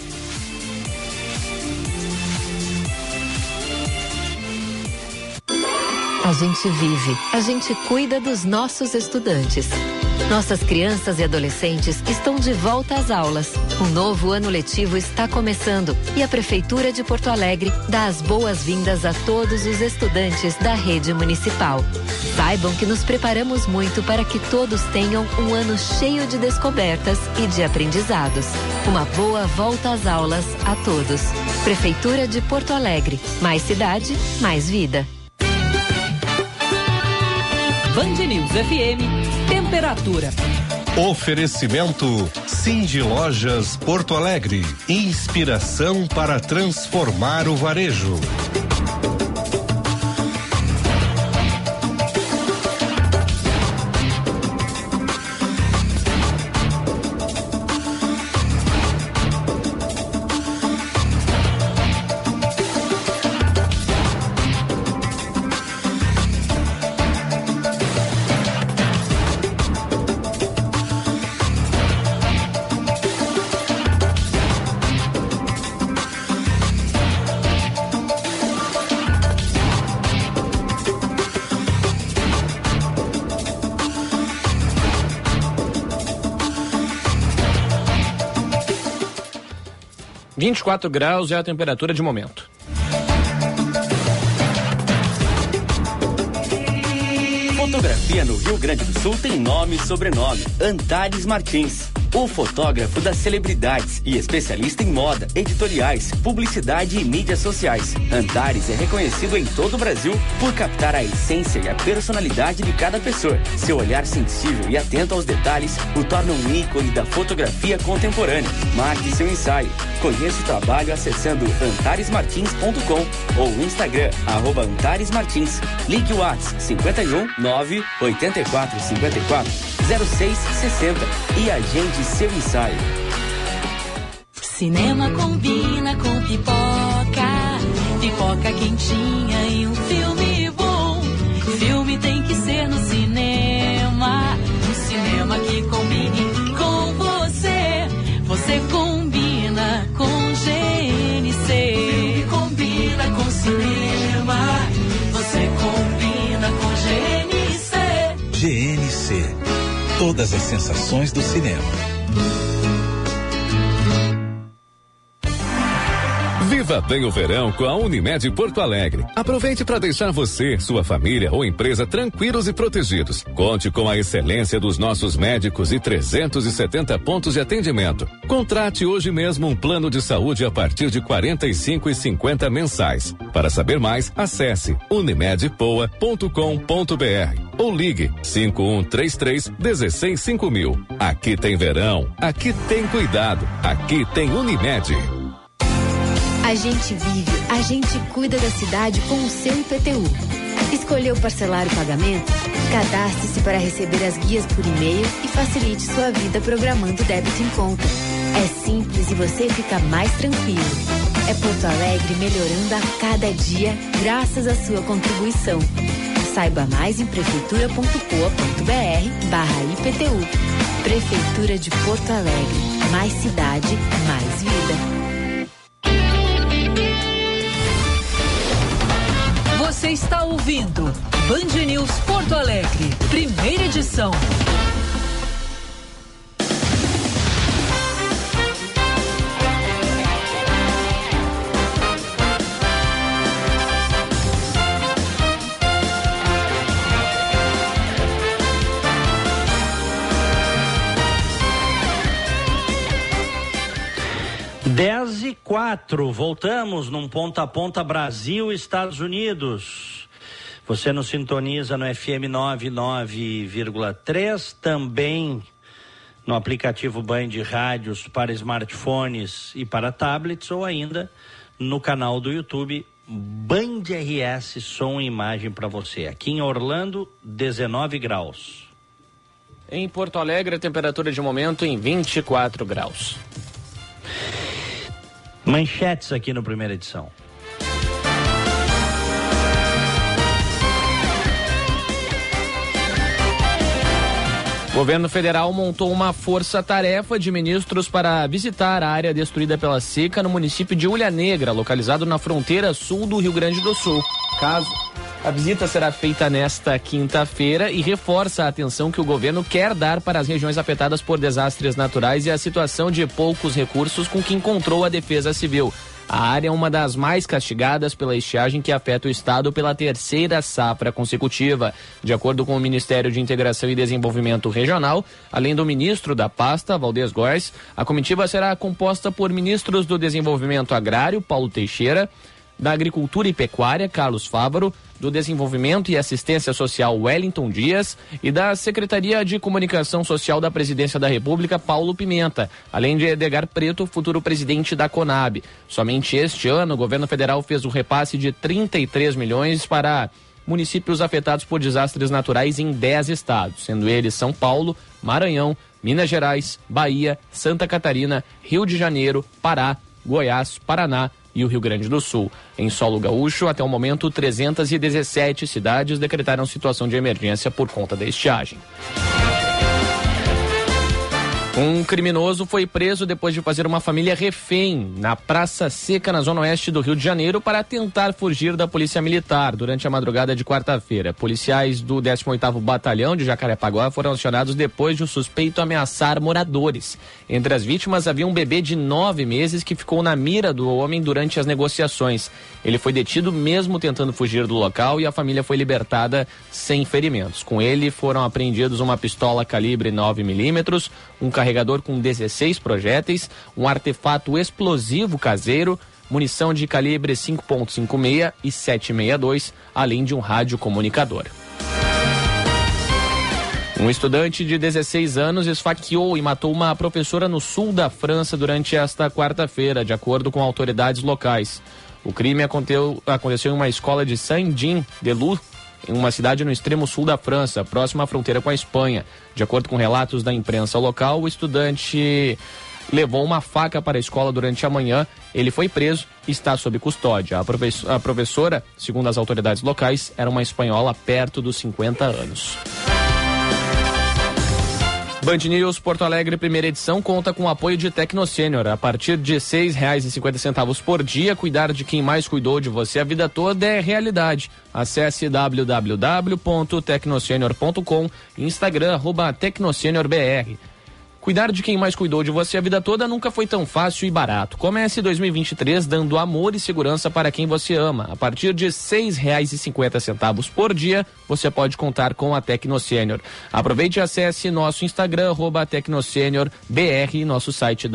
[SPEAKER 15] A gente vive, a gente cuida dos nossos estudantes. Nossas crianças e adolescentes estão de volta às aulas. Um novo ano letivo está começando e a Prefeitura de Porto Alegre dá as boas-vindas a todos os estudantes da rede municipal. Saibam que nos preparamos muito para que todos tenham um ano cheio de descobertas e de aprendizados. Uma boa volta às aulas a todos. Prefeitura de Porto Alegre. Mais cidade, mais vida.
[SPEAKER 1] Band News FM, temperatura.
[SPEAKER 11] Oferecimento Cindy Lojas Porto Alegre. Inspiração para transformar o varejo.
[SPEAKER 3] – 24 graus é a temperatura de momento.
[SPEAKER 16] Fotografia no Rio Grande do Sul tem nome e sobrenome: Antares Martins. O fotógrafo das celebridades e especialista em moda, editoriais, publicidade e mídias sociais. Antares é reconhecido em todo o Brasil por captar a essência e a personalidade de cada pessoa. Seu olhar sensível e atento aos detalhes o torna um ícone da fotografia contemporânea. Marque seu ensaio. Conheça o trabalho acessando antaresmartins.com ou no Instagram, @AntaresMartins. Ligue o WhatsApp 51 9 84 54 0660 e agende seu ensaio.
[SPEAKER 17] Cinema combina com pipoca, pipoca quentinha e um filme bom. Filme tem que ser no cinema. cinema. Um cinema que combine com você. Você combina com GNC. Filme combina com cinema. Você combina com GNC.
[SPEAKER 18] GNC. Todas as sensações do cinema.
[SPEAKER 8] Viva bem o verão com a Unimed Porto Alegre. Aproveite para deixar você, sua família ou empresa tranquilos e protegidos. Conte com a excelência dos nossos médicos e 370 pontos de atendimento. Contrate hoje mesmo um plano de saúde a partir de R$ 45,50 mensais. Para saber mais, acesse unimedpoa.com.br ou ligue 5133-165000. Aqui tem verão, aqui tem cuidado, aqui tem Unimed.
[SPEAKER 13] A gente vive, a gente cuida da cidade com o seu IPTU. Escolheu parcelar o pagamento? Cadastre-se para receber as guias por e-mail e facilite sua vida programando débito em conta. É simples e você fica mais tranquilo. É Porto Alegre melhorando a cada dia graças à sua contribuição. Saiba mais em prefeitura.poa.br/IPTU. Prefeitura de Porto Alegre. Mais cidade, mais vida.
[SPEAKER 1] Você está ouvindo Band News Porto Alegre, primeira edição.
[SPEAKER 2] Dez e 4, voltamos num ponta a ponta Brasil, Estados Unidos. Você nos sintoniza no FM 99,3, também no aplicativo Band Rádios para smartphones e para tablets, ou ainda no canal do YouTube Band RS, som e imagem para você. Aqui em Orlando, 19 graus.
[SPEAKER 3] Em Porto Alegre, a temperatura de momento em 24 graus.
[SPEAKER 2] Manchetes aqui no primeira edição.
[SPEAKER 3] O governo federal montou uma força-tarefa de ministros para visitar a área destruída pela seca no município de Ulha Negra, localizado na fronteira sul do Rio Grande do Sul. A visita será feita nesta quinta-feira e reforça a atenção que o governo quer dar para as regiões afetadas por desastres naturais e a situação de poucos recursos com que encontrou a Defesa Civil. A área é uma das mais castigadas pela estiagem que afeta o estado pela terceira safra consecutiva. De acordo com o Ministério de Integração e Desenvolvimento Regional, além do ministro da pasta, Valdez Góes, a comitiva será composta por ministros do Desenvolvimento Agrário, Paulo Teixeira, da Agricultura e Pecuária, Carlos Fávaro, do Desenvolvimento e Assistência Social, Wellington Dias, e da Secretaria de Comunicação Social da Presidência da República, Paulo Pimenta, além de Edgar Preto, futuro presidente da Conab. Somente este ano, o governo federal fez um repasse de 33 milhões para municípios afetados por desastres naturais em 10 estados, sendo eles São Paulo, Maranhão, Minas Gerais, Bahia, Santa Catarina, Rio de Janeiro, Pará, Goiás, Paraná e o Rio Grande do Sul. Em solo gaúcho, até o momento, 317 cidades decretaram situação de emergência por conta da estiagem. Um criminoso foi preso depois de fazer uma família refém na Praça Seca, na zona oeste do Rio de Janeiro, para tentar fugir da polícia militar durante a madrugada de quarta-feira. Policiais do 18º Batalhão de Jacarepaguá foram acionados depois de um suspeito ameaçar moradores. Entre as vítimas havia um bebê de 9 meses que ficou na mira do homem durante as negociações. Ele foi detido mesmo tentando fugir do local e a família foi libertada sem ferimentos. Com ele foram apreendidos uma pistola calibre 9mm, um carregador com 16 projéteis, um artefato explosivo caseiro, munição de calibre 5.56 e 7.62, além de um rádio comunicador. Um estudante de 16 anos esfaqueou e matou uma professora no sul da França durante esta quarta-feira, de acordo com autoridades locais. O crime aconteceu em uma escola de Saint-Jean-de-Luz, em uma cidade no extremo sul da França, próxima à fronteira com a Espanha. De acordo com relatos da imprensa local, o estudante levou uma faca para a escola durante a manhã. Ele foi preso e está sob custódia. A professora, segundo as autoridades locais, era uma espanhola perto dos 50 anos. Band News Porto Alegre, primeira edição, conta com o apoio de Tecnosênior. A partir de R$ 6,50 por dia, cuidar de quem mais cuidou de você a vida toda é realidade. Acesse www.tecnosenior.com e Instagram, @TecnoseniorBR. Cuidar de quem mais cuidou de você a vida toda nunca foi tão fácil e barato. Comece 2023 dando amor e segurança para quem você ama. A partir de R$ 6,50 por dia, você pode contar com a Tecnosênior. Aproveite e acesse nosso Instagram, @TecnoseniorBR, e nosso site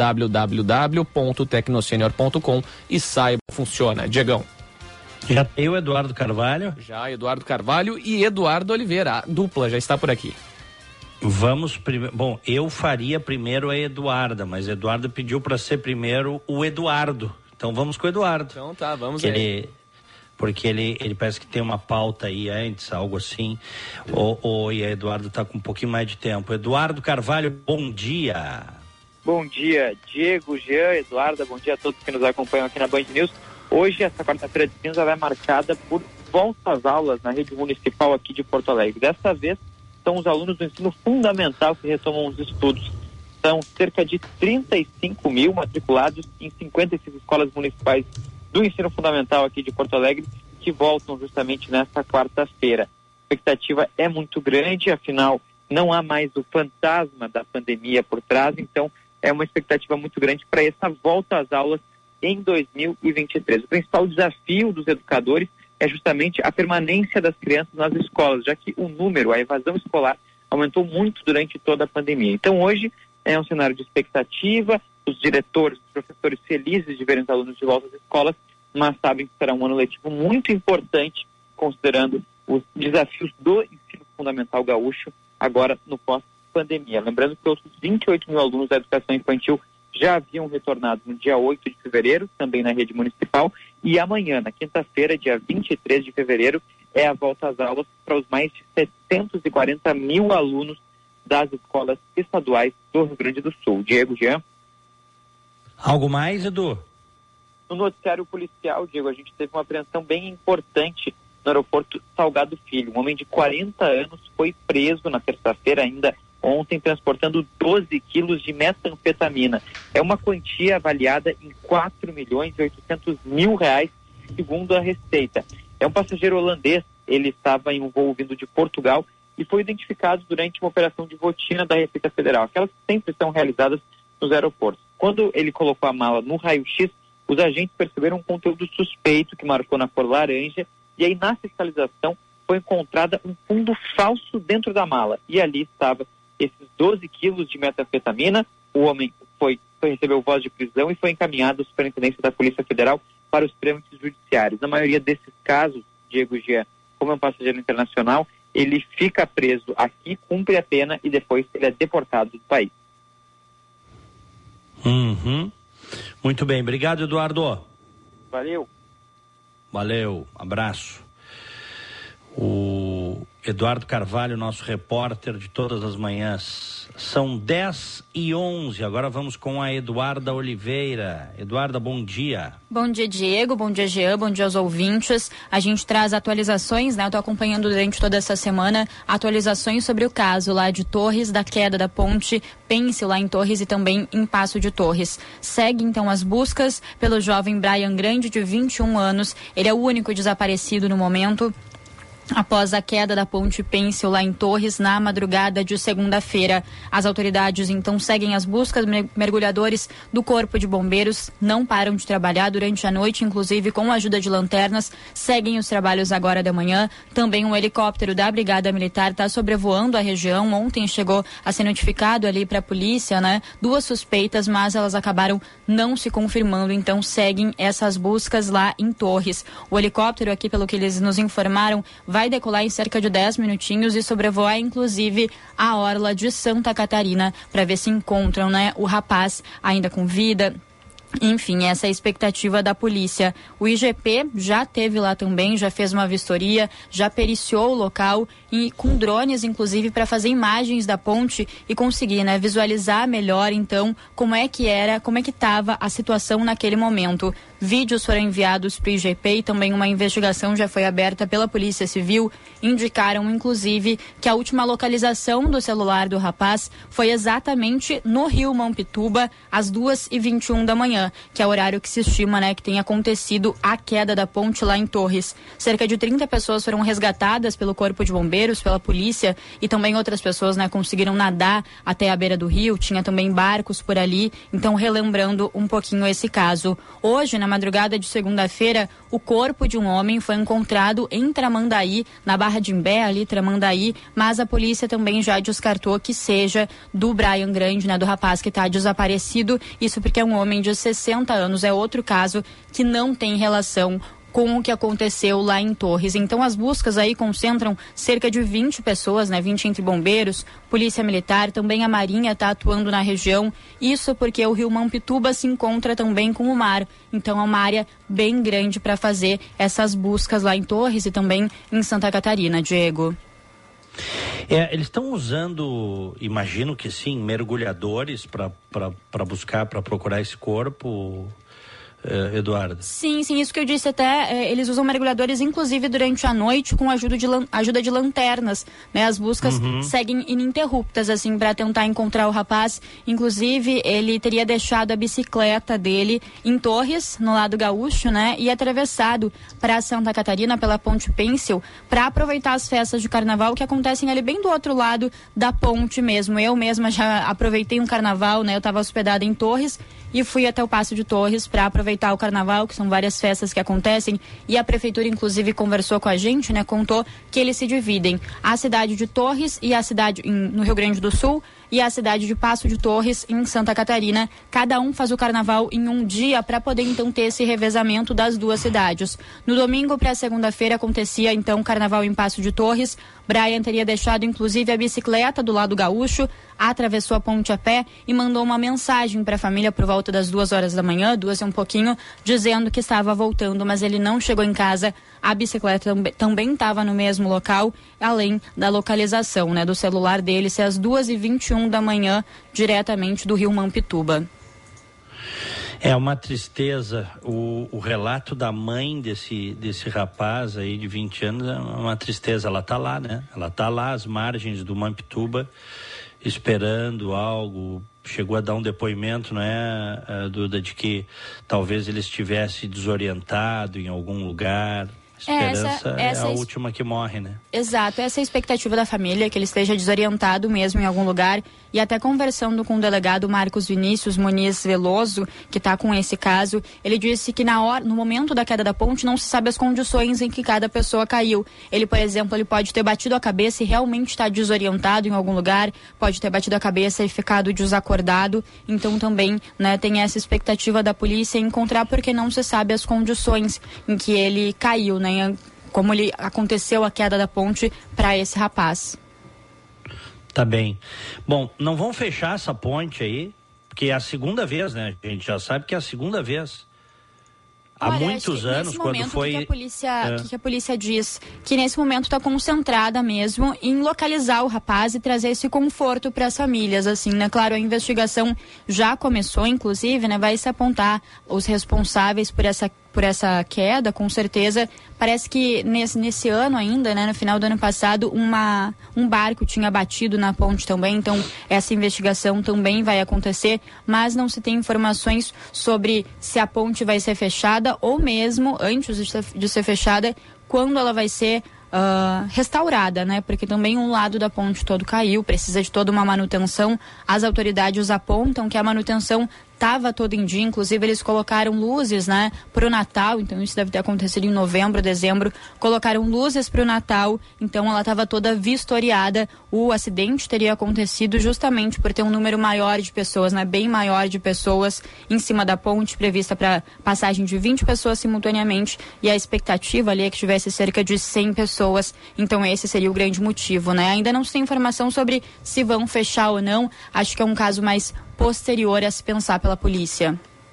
[SPEAKER 3] www.tecnosenior.com e saiba como funciona. Diegão.
[SPEAKER 2] Já tem o Eduardo Carvalho?
[SPEAKER 3] Já, Eduardo Carvalho e Eduardo Oliveira. A dupla já está por aqui.
[SPEAKER 2] Vamos primeiro. Bom, eu faria primeiro a Eduarda, mas Eduardo pediu para ser primeiro o Eduardo. Então vamos com o Eduardo.
[SPEAKER 3] Então tá, vamos aí.
[SPEAKER 2] Porque ele parece que tem uma pauta aí antes, algo assim. E a Eduardo tá com um pouquinho mais de tempo. Eduardo Carvalho, bom dia.
[SPEAKER 19] Bom dia, Diego, Jean, Eduarda, bom dia a todos que nos acompanham aqui na Band News. Hoje, essa quarta-feira de cinza vai marcada por volta às aulas na rede municipal aqui de Porto Alegre. Dessa vez, são os alunos do ensino fundamental que retomam os estudos. São cerca de 35 mil matriculados em 56 escolas municipais do ensino fundamental aqui de Porto Alegre que voltam justamente nesta quarta-feira. A expectativa é muito grande, afinal não há mais o fantasma da pandemia por trás, então é uma expectativa muito grande para essa volta às aulas em 2023. O principal desafio dos educadores é justamente a permanência das crianças nas escolas, já que o número, a evasão escolar, aumentou muito durante toda a pandemia. Então hoje é um cenário de expectativa, os diretores, os professores felizes de verem os alunos de volta às escolas, mas sabem que será um ano letivo muito importante, considerando os desafios do ensino fundamental gaúcho, agora no pós-pandemia. Lembrando que outros 28 mil alunos da educação infantil já haviam retornado no dia 8 de fevereiro, também na rede municipal, e amanhã, na quinta-feira, dia 23 de fevereiro, é a volta às aulas para os mais de 740 mil alunos das escolas estaduais do Rio Grande do Sul. Diego, Jean?
[SPEAKER 2] Algo mais, Edu?
[SPEAKER 19] No noticiário policial, Diego, a gente teve uma apreensão bem importante no aeroporto Salgado Filho. Um homem de 40 anos foi preso na terça-feira ainda ontem, transportando 12 quilos de metanfetamina. É uma quantia avaliada em R$4.800.000, segundo a Receita. É um passageiro holandês, ele estava em um voo vindo de Portugal e foi identificado durante uma operação de rotina da Receita Federal, aquelas que sempre são realizadas nos aeroportos. Quando ele colocou a mala no raio-x, os agentes perceberam um conteúdo suspeito que marcou na cor laranja, e aí na fiscalização foi encontrada um fundo falso dentro da mala, e ali estava esses 12 quilos de metanfetamina. O homem recebeu voz de prisão e foi encaminhado à Superintendência da Polícia Federal para os trâmites judiciários. Na maioria desses casos, Diego Gia, como é um passageiro internacional, ele fica preso aqui, cumpre a pena e depois ele é deportado do país.
[SPEAKER 2] Muito bem, obrigado, Eduardo.
[SPEAKER 19] Valeu,
[SPEAKER 2] abraço. O Eduardo Carvalho, nosso repórter de todas as manhãs. São 10h11, agora vamos com a Eduarda Oliveira. Eduarda, bom dia.
[SPEAKER 20] Bom dia, Diego, bom dia, Jean, bom dia aos ouvintes. A gente traz atualizações, né? Eu tô acompanhando durante toda essa semana atualizações sobre o caso lá de Torres, da queda da ponte Pêncil lá em Torres e também em Passo de Torres. Segue então as buscas pelo jovem Brian Grande, de 21 anos. Ele é o único desaparecido no momento, após a queda da ponte Pêncil lá em Torres na madrugada de segunda-feira. As autoridades então seguem as buscas. Mergulhadores do Corpo de Bombeiros não param de trabalhar durante a noite, inclusive com a ajuda de lanternas. Seguem os trabalhos agora da manhã. Também um helicóptero da Brigada Militar está sobrevoando a região. Ontem chegou a ser notificado ali para a polícia, né? 2 suspeitas, mas elas acabaram não se confirmando. Então seguem essas buscas lá em Torres. O helicóptero aqui, pelo que eles nos informaram, vai decolar em cerca de 10 minutinhos e sobrevoar inclusive a orla de Santa Catarina para ver se encontram, né, o rapaz ainda com vida. Enfim, essa é a expectativa da polícia. O IGP já teve lá também, já fez uma vistoria, já periciou o local e com drones, inclusive, para fazer imagens da ponte e conseguir, né, visualizar melhor, então, como é que estava a situação naquele momento. Vídeos foram enviados para o IGP e também uma investigação já foi aberta pela Polícia Civil. Indicaram, inclusive, que a última localização do celular do rapaz foi exatamente no Rio Mampituba, às 2h21 da manhã, que é o horário que se estima, né, que tenha acontecido a queda da ponte lá em Torres. Cerca de 30 pessoas foram resgatadas pelo Corpo de Bombeiros, pela polícia, e também outras pessoas, né, conseguiram nadar até a beira do rio. Tinha também barcos por ali, então relembrando um pouquinho esse caso. Hoje, na madrugada de segunda-feira, o corpo de um homem foi encontrado em Tramandaí, na Barra de Imbé, ali Tramandaí, mas a polícia também já descartou que seja do Brian Grande, né, do rapaz que está desaparecido. Isso porque é um homem de 60 anos, é outro caso que não tem relação com o que aconteceu lá em Torres. Então as buscas aí concentram cerca de 20 pessoas, né, 20 entre bombeiros, polícia militar, também a Marinha está atuando na região. Isso porque o Rio Mampituba se encontra também com o mar. Então é uma área bem grande para fazer essas buscas lá em Torres e também em Santa Catarina, Diego.
[SPEAKER 2] Eles estão usando, imagino que sim, mergulhadores para buscar, para procurar esse corpo, Eduardo? Sim, isso que eu disse até, eles usam mergulhadores inclusive durante a noite com ajuda de lanternas, né? As buscas seguem ininterruptas, assim, para tentar encontrar o rapaz. Inclusive, ele teria deixado a bicicleta dele em Torres, no lado gaúcho, né? E atravessado para Santa Catarina pela Ponte Pêncil para aproveitar as festas de carnaval que acontecem ali bem do outro lado da ponte mesmo. Eu mesma já aproveitei um carnaval, né? Eu estava hospedada em Torres e fui até o Paço de Torres para aproveitar o carnaval, que são várias festas que acontecem, e a prefeitura inclusive conversou com a gente, né, contou que eles se dividem, a cidade de Torres e a cidade no Rio Grande do Sul e a cidade de Paço de Torres em Santa Catarina. Cada um faz o carnaval em um dia para poder então ter esse revezamento das duas cidades. No domingo para segunda-feira acontecia então o carnaval em Paço de Torres. Brian teria deixado inclusive a bicicleta do lado gaúcho, atravessou a ponte a pé e mandou uma mensagem para a família por volta das 2h da manhã, 2 e um pouquinho, dizendo que estava voltando, mas ele não chegou em casa. A bicicleta também estava no mesmo local, além da localização, né, do celular dele ser às 2h21 da manhã, diretamente do Rio Mampituba. É uma tristeza, o relato da mãe desse rapaz aí de 20 anos é uma tristeza. Ela tá lá, né? Ela tá lá às margens do Mampituba, esperando algo. Chegou a dar um depoimento, não é, Duda, de que talvez ele estivesse desorientado em algum lugar. Esperança é a última que morre, né? Exato, essa é a expectativa da família, que ele esteja desorientado mesmo em algum lugar. E até conversando com o delegado Marcos Vinícius Muniz Veloso, que está com esse caso, ele disse que no momento da queda da ponte não se sabe as condições em que cada pessoa caiu. Ele, por exemplo, ele pode ter batido a cabeça e realmente estar desorientado em algum lugar, pode ter batido a cabeça e ficado desacordado. Então também, né, tem essa expectativa da polícia encontrar, porque não se sabe as condições em que ele caiu, né? Como aconteceu a queda da ponte para esse rapaz. Tá bem. Bom, não vão fechar essa ponte aí, porque é a segunda vez, né? A gente já sabe que é a segunda vez. Há muitos anos, quando foi... O que a polícia diz? Que nesse momento está concentrada mesmo em localizar o rapaz e trazer esse conforto para as famílias, assim, né? Claro, a investigação já começou, inclusive, né? Vai se apontar os responsáveis por essa queda, com certeza. Parece que nesse ano ainda, né, no final do ano passado, um barco tinha batido na ponte também, então essa investigação também vai acontecer, mas não se tem informações sobre se a ponte vai ser fechada ou mesmo, antes de ser fechada, quando ela vai ser restaurada, né? Porque também um lado da ponte todo caiu, precisa de toda uma manutenção. As autoridades apontam que a manutenção estava todo em dia, inclusive eles colocaram luzes, né, para o Natal, então isso deve ter acontecido em novembro, dezembro, colocaram luzes para o Natal, então ela estava toda vistoriada. O acidente teria acontecido justamente por ter um número maior de pessoas, né, bem maior de pessoas em cima da ponte, prevista para passagem de 20 pessoas simultaneamente, e a expectativa ali é que tivesse cerca de 100 pessoas, então esse seria o grande motivo, né? Ainda não se tem informação sobre se vão fechar ou não, acho que é um caso mais posterior a se pensar pela polícia.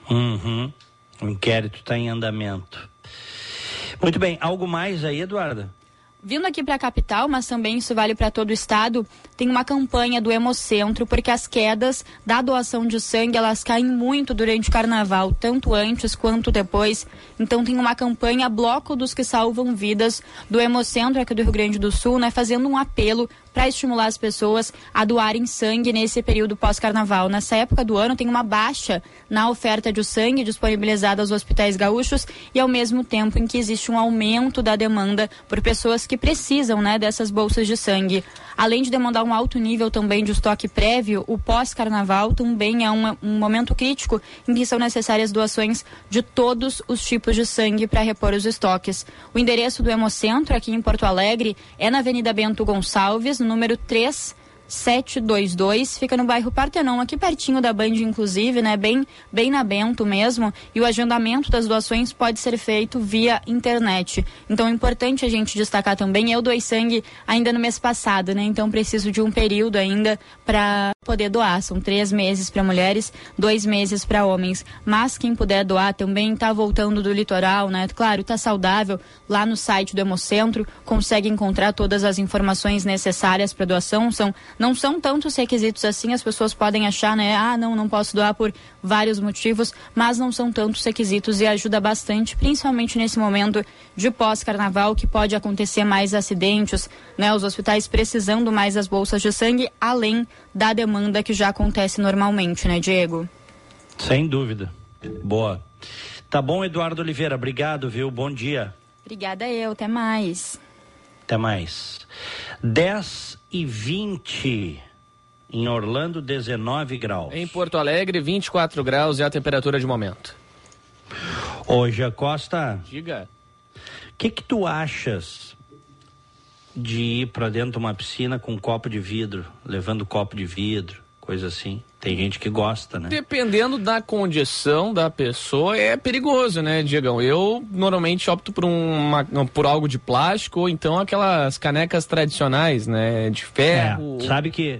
[SPEAKER 2] O inquérito está em andamento. Muito bem, algo mais aí, Eduarda?
[SPEAKER 20] Vindo aqui para a capital, mas também isso vale para todo o estado, tem uma campanha do Hemocentro, porque as quedas da doação de sangue, elas caem muito durante o carnaval, tanto antes quanto depois. Então tem uma campanha Bloco dos que Salvam Vidas do Hemocentro aqui do Rio Grande do Sul, né, fazendo um apelo para estimular as pessoas a doarem sangue nesse período pós-carnaval. Nessa época do ano tem uma baixa na oferta de sangue disponibilizada aos hospitais gaúchos e ao mesmo tempo em que existe um aumento da demanda por pessoas que precisam, né, dessas bolsas de sangue. Além de demandar um alto nível também de estoque prévio, o pós-carnaval também é um momento crítico em que são necessárias doações de todos os tipos de sangue para repor os estoques. O endereço do Hemocentro aqui em Porto Alegre é na Avenida Bento Gonçalves, no número 3722, fica no bairro Partenon, aqui pertinho da Band, inclusive, né, bem na Bento mesmo, e o agendamento das doações pode ser feito via internet. Então é importante a gente destacar também, eu doei sangue ainda no mês passado, né, então preciso de um período ainda para poder doar, são 3 meses para mulheres, 2 meses para homens, mas quem puder doar também está voltando do litoral, né, claro, está saudável, lá no site do Hemocentro, consegue encontrar todas as informações necessárias para doação, não são tantos requisitos assim, as pessoas podem achar, né, não posso doar por vários motivos, mas não são tantos requisitos e ajuda bastante, principalmente nesse momento de pós-carnaval, que pode acontecer mais acidentes, né, os hospitais precisando mais das bolsas de sangue, além da demanda que já acontece normalmente, né, Diego?
[SPEAKER 2] Sem dúvida. Boa. Tá bom, Eduardo Oliveira, obrigado, viu? Bom dia.
[SPEAKER 20] Obrigada eu, até mais.
[SPEAKER 2] Até mais. 10h20, em Orlando, 19 graus.
[SPEAKER 3] Em Porto Alegre, 24 graus é a temperatura de momento.
[SPEAKER 2] Ô, Gia Costa.
[SPEAKER 3] Diga.
[SPEAKER 2] O que tu achas de ir pra dentro de uma piscina com um copo de vidro, levando copo de vidro, coisa assim? Tem gente que gosta, né?
[SPEAKER 3] Dependendo da condição da pessoa, é perigoso, né, Diegão? Eu normalmente opto por algo de plástico ou então aquelas canecas tradicionais, né, de ferro.
[SPEAKER 2] Tu sabes que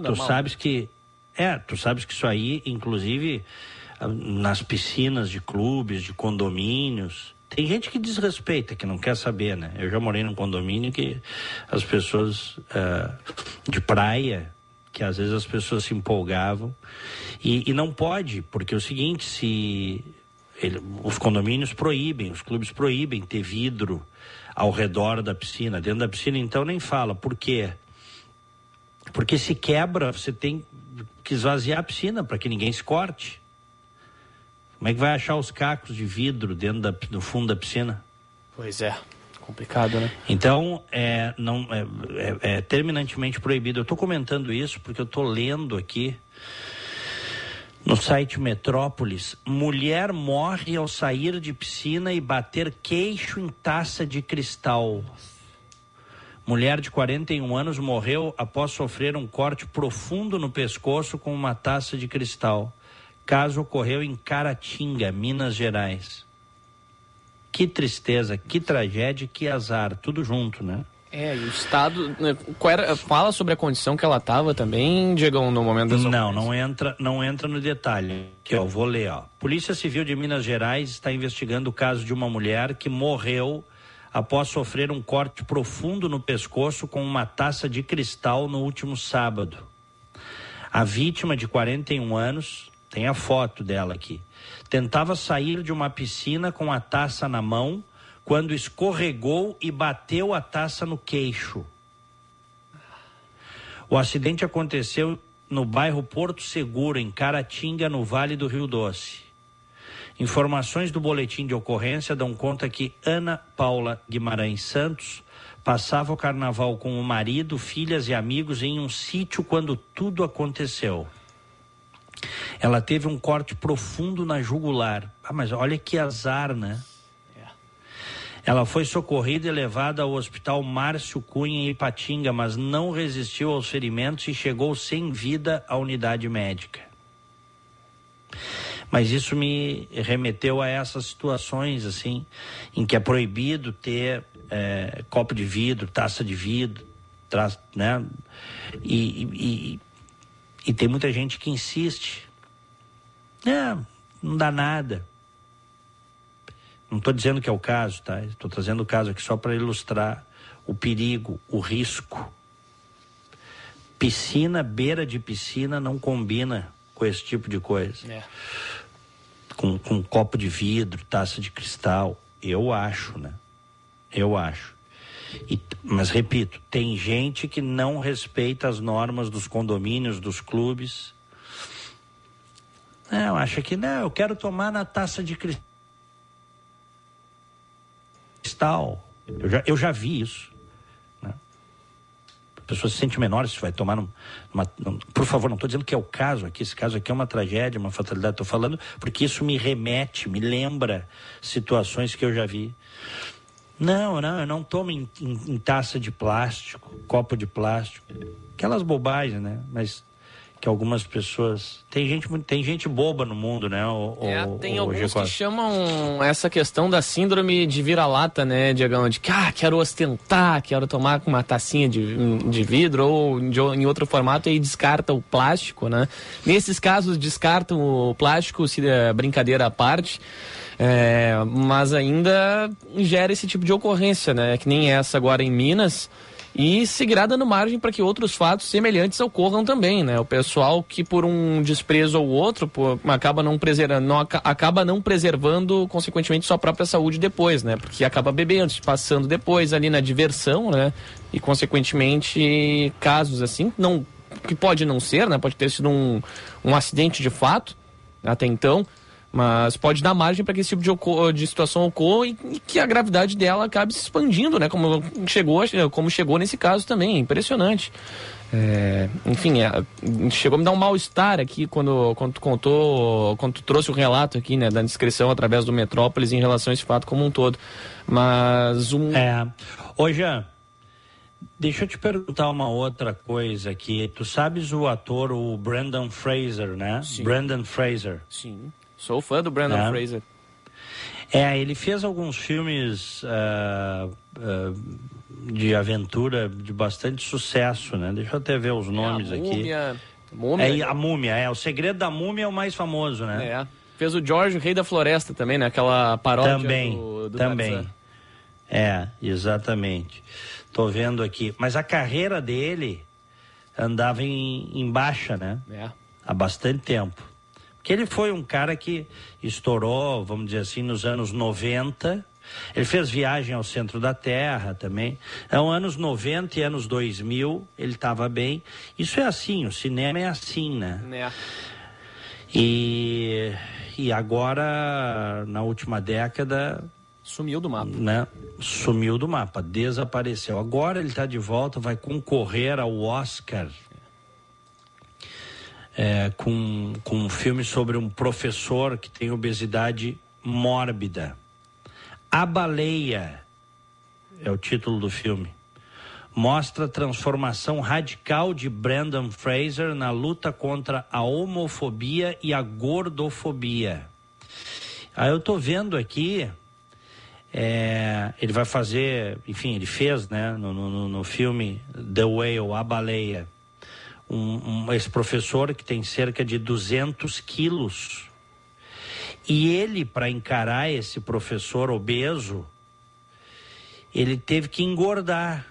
[SPEAKER 2] isso aí, inclusive, nas piscinas de clubes, de condomínios, tem gente que desrespeita, que não quer saber, né? Eu já morei num condomínio que as pessoas de praia, que às vezes as pessoas se empolgavam e não pode, porque é o seguinte, os condomínios proíbem, os clubes proíbem ter vidro ao redor da piscina, dentro da piscina então nem fala. Por quê? Porque se quebra, você tem que esvaziar a piscina para que ninguém se corte. Como é que vai achar os cacos de vidro dentro do fundo da piscina?
[SPEAKER 3] Pois é. Complicado, né?
[SPEAKER 2] Então, é terminantemente proibido. Eu estou comentando isso porque eu estou lendo aqui no site Metrópolis: mulher morre ao sair de piscina e bater queixo em taça de cristal. Mulher de 41 anos morreu após sofrer um corte profundo no pescoço com uma taça de cristal. Caso ocorreu em Caratinga, Minas Gerais. Que tristeza, que tragédia, que azar, tudo junto, né?
[SPEAKER 3] E o Estado, né, fala sobre a condição que ela estava também, Diegão, no momento dessa ocorrência? Não entra no detalhe, que eu vou ler, ó. Polícia Civil de Minas Gerais está investigando o caso de uma mulher que morreu após sofrer um corte profundo no pescoço com uma taça de cristal no último sábado. A vítima, de 41 anos, tem a foto dela aqui, tentava sair de uma piscina com a taça na mão quando escorregou e bateu a taça no queixo. O acidente aconteceu no bairro Porto Seguro, em Caratinga, no Vale do Rio Doce. Informações do boletim de ocorrência dão conta que Ana Paula Guimarães Santos passava o carnaval com o marido, filhas e amigos em um sítio quando tudo aconteceu. Ela teve um corte profundo na jugular. Mas olha que azar, né? Ela foi socorrida e levada ao Hospital Márcio Cunha em Ipatinga, mas não resistiu aos ferimentos e chegou sem vida à unidade médica. Mas isso me remeteu a essas situações, assim, em que é proibido ter copo de vidro, taça de vidro, né? E tem muita gente que insiste.
[SPEAKER 2] Não dá nada. Não estou dizendo que é o caso, tá? Estou trazendo o caso aqui só para ilustrar o perigo, o risco. Piscina, beira de piscina não combina com esse tipo de coisa. Com um copo de vidro, taça de cristal. Eu acho, né? Eu acho. Mas repito, tem gente que não respeita as normas dos condomínios, dos clubes. Não, acha que não, eu quero tomar na taça de cristal. Eu já vi isso. Né? A pessoa se sente menor se vai tomar por favor, não estou dizendo que é o caso aqui. Esse caso aqui é uma tragédia, uma fatalidade. Estou falando porque isso me lembra situações que eu já vi. Não, eu não tomo em taça de plástico, copo de plástico. Aquelas bobagens, né? Mas que algumas pessoas... Tem gente boba no mundo, né?
[SPEAKER 3] Tem alguns que chamam essa questão da síndrome de vira-lata, né, Diegão? De que, quero ostentar, quero tomar com uma tacinha de vidro ou em outro formato e descarta o plástico, né? Nesses casos, descartam o plástico, brincadeira à parte... mas ainda gera esse tipo de ocorrência, né? Que nem essa agora em Minas, e seguirá dando margem para que outros fatos semelhantes ocorram também, né? O pessoal que por um desprezo ou outro acaba não preservando, consequentemente, sua própria saúde depois, né? Porque acaba bebendo, passando depois ali na diversão, né? E, consequentemente, casos assim, que pode não ser, né? Pode ter sido um acidente de fato, até então, mas pode dar margem para que esse tipo de situação ocorra e que a gravidade dela acabe se expandindo, né? Como chegou nesse caso também, impressionante. Enfim, chegou a me dar um mal-estar aqui quando tu trouxe o relato aqui, né, da descrição através do Metrópolis em relação a esse fato como um todo. Mas
[SPEAKER 2] Ô, Jean, deixa eu te perguntar uma outra coisa aqui. Tu sabes o ator, o Brendan Fraser, né? Sim. Brendan Fraser.
[SPEAKER 3] Sim. Sou fã do Brendan Fraser.
[SPEAKER 2] Ele fez alguns filmes de aventura de bastante sucesso, né? Deixa eu até ver os nomes aqui. A Múmia. O Segredo da Múmia é o mais famoso, né?
[SPEAKER 3] Fez o George, o Rei da Floresta também, né? Aquela paródia do
[SPEAKER 2] Também. Exatamente. Tô vendo aqui. Mas a carreira dele andava em baixa, né? Há bastante tempo. Porque ele foi um cara que estourou, vamos dizer assim, nos anos 90. Ele fez Viagem ao Centro da Terra também. Anos 90 e anos 2000, ele estava bem. Isso é assim, o cinema é assim, né? E agora, na última década...
[SPEAKER 3] Sumiu do mapa.
[SPEAKER 2] Né? Sumiu do mapa, desapareceu. Agora ele está de volta, vai concorrer ao Oscar... com um filme sobre um professor que tem obesidade mórbida. A Baleia é o título do filme. Mostra a transformação radical de Brendan Fraser na luta contra a homofobia e a gordofobia. Aí eu tô vendo aqui, ele vai fazer, enfim, ele fez, né, no filme The Whale, A Baleia, esse professor que tem cerca de 200 quilos. E ele, para encarar esse professor obeso, ele teve que engordar.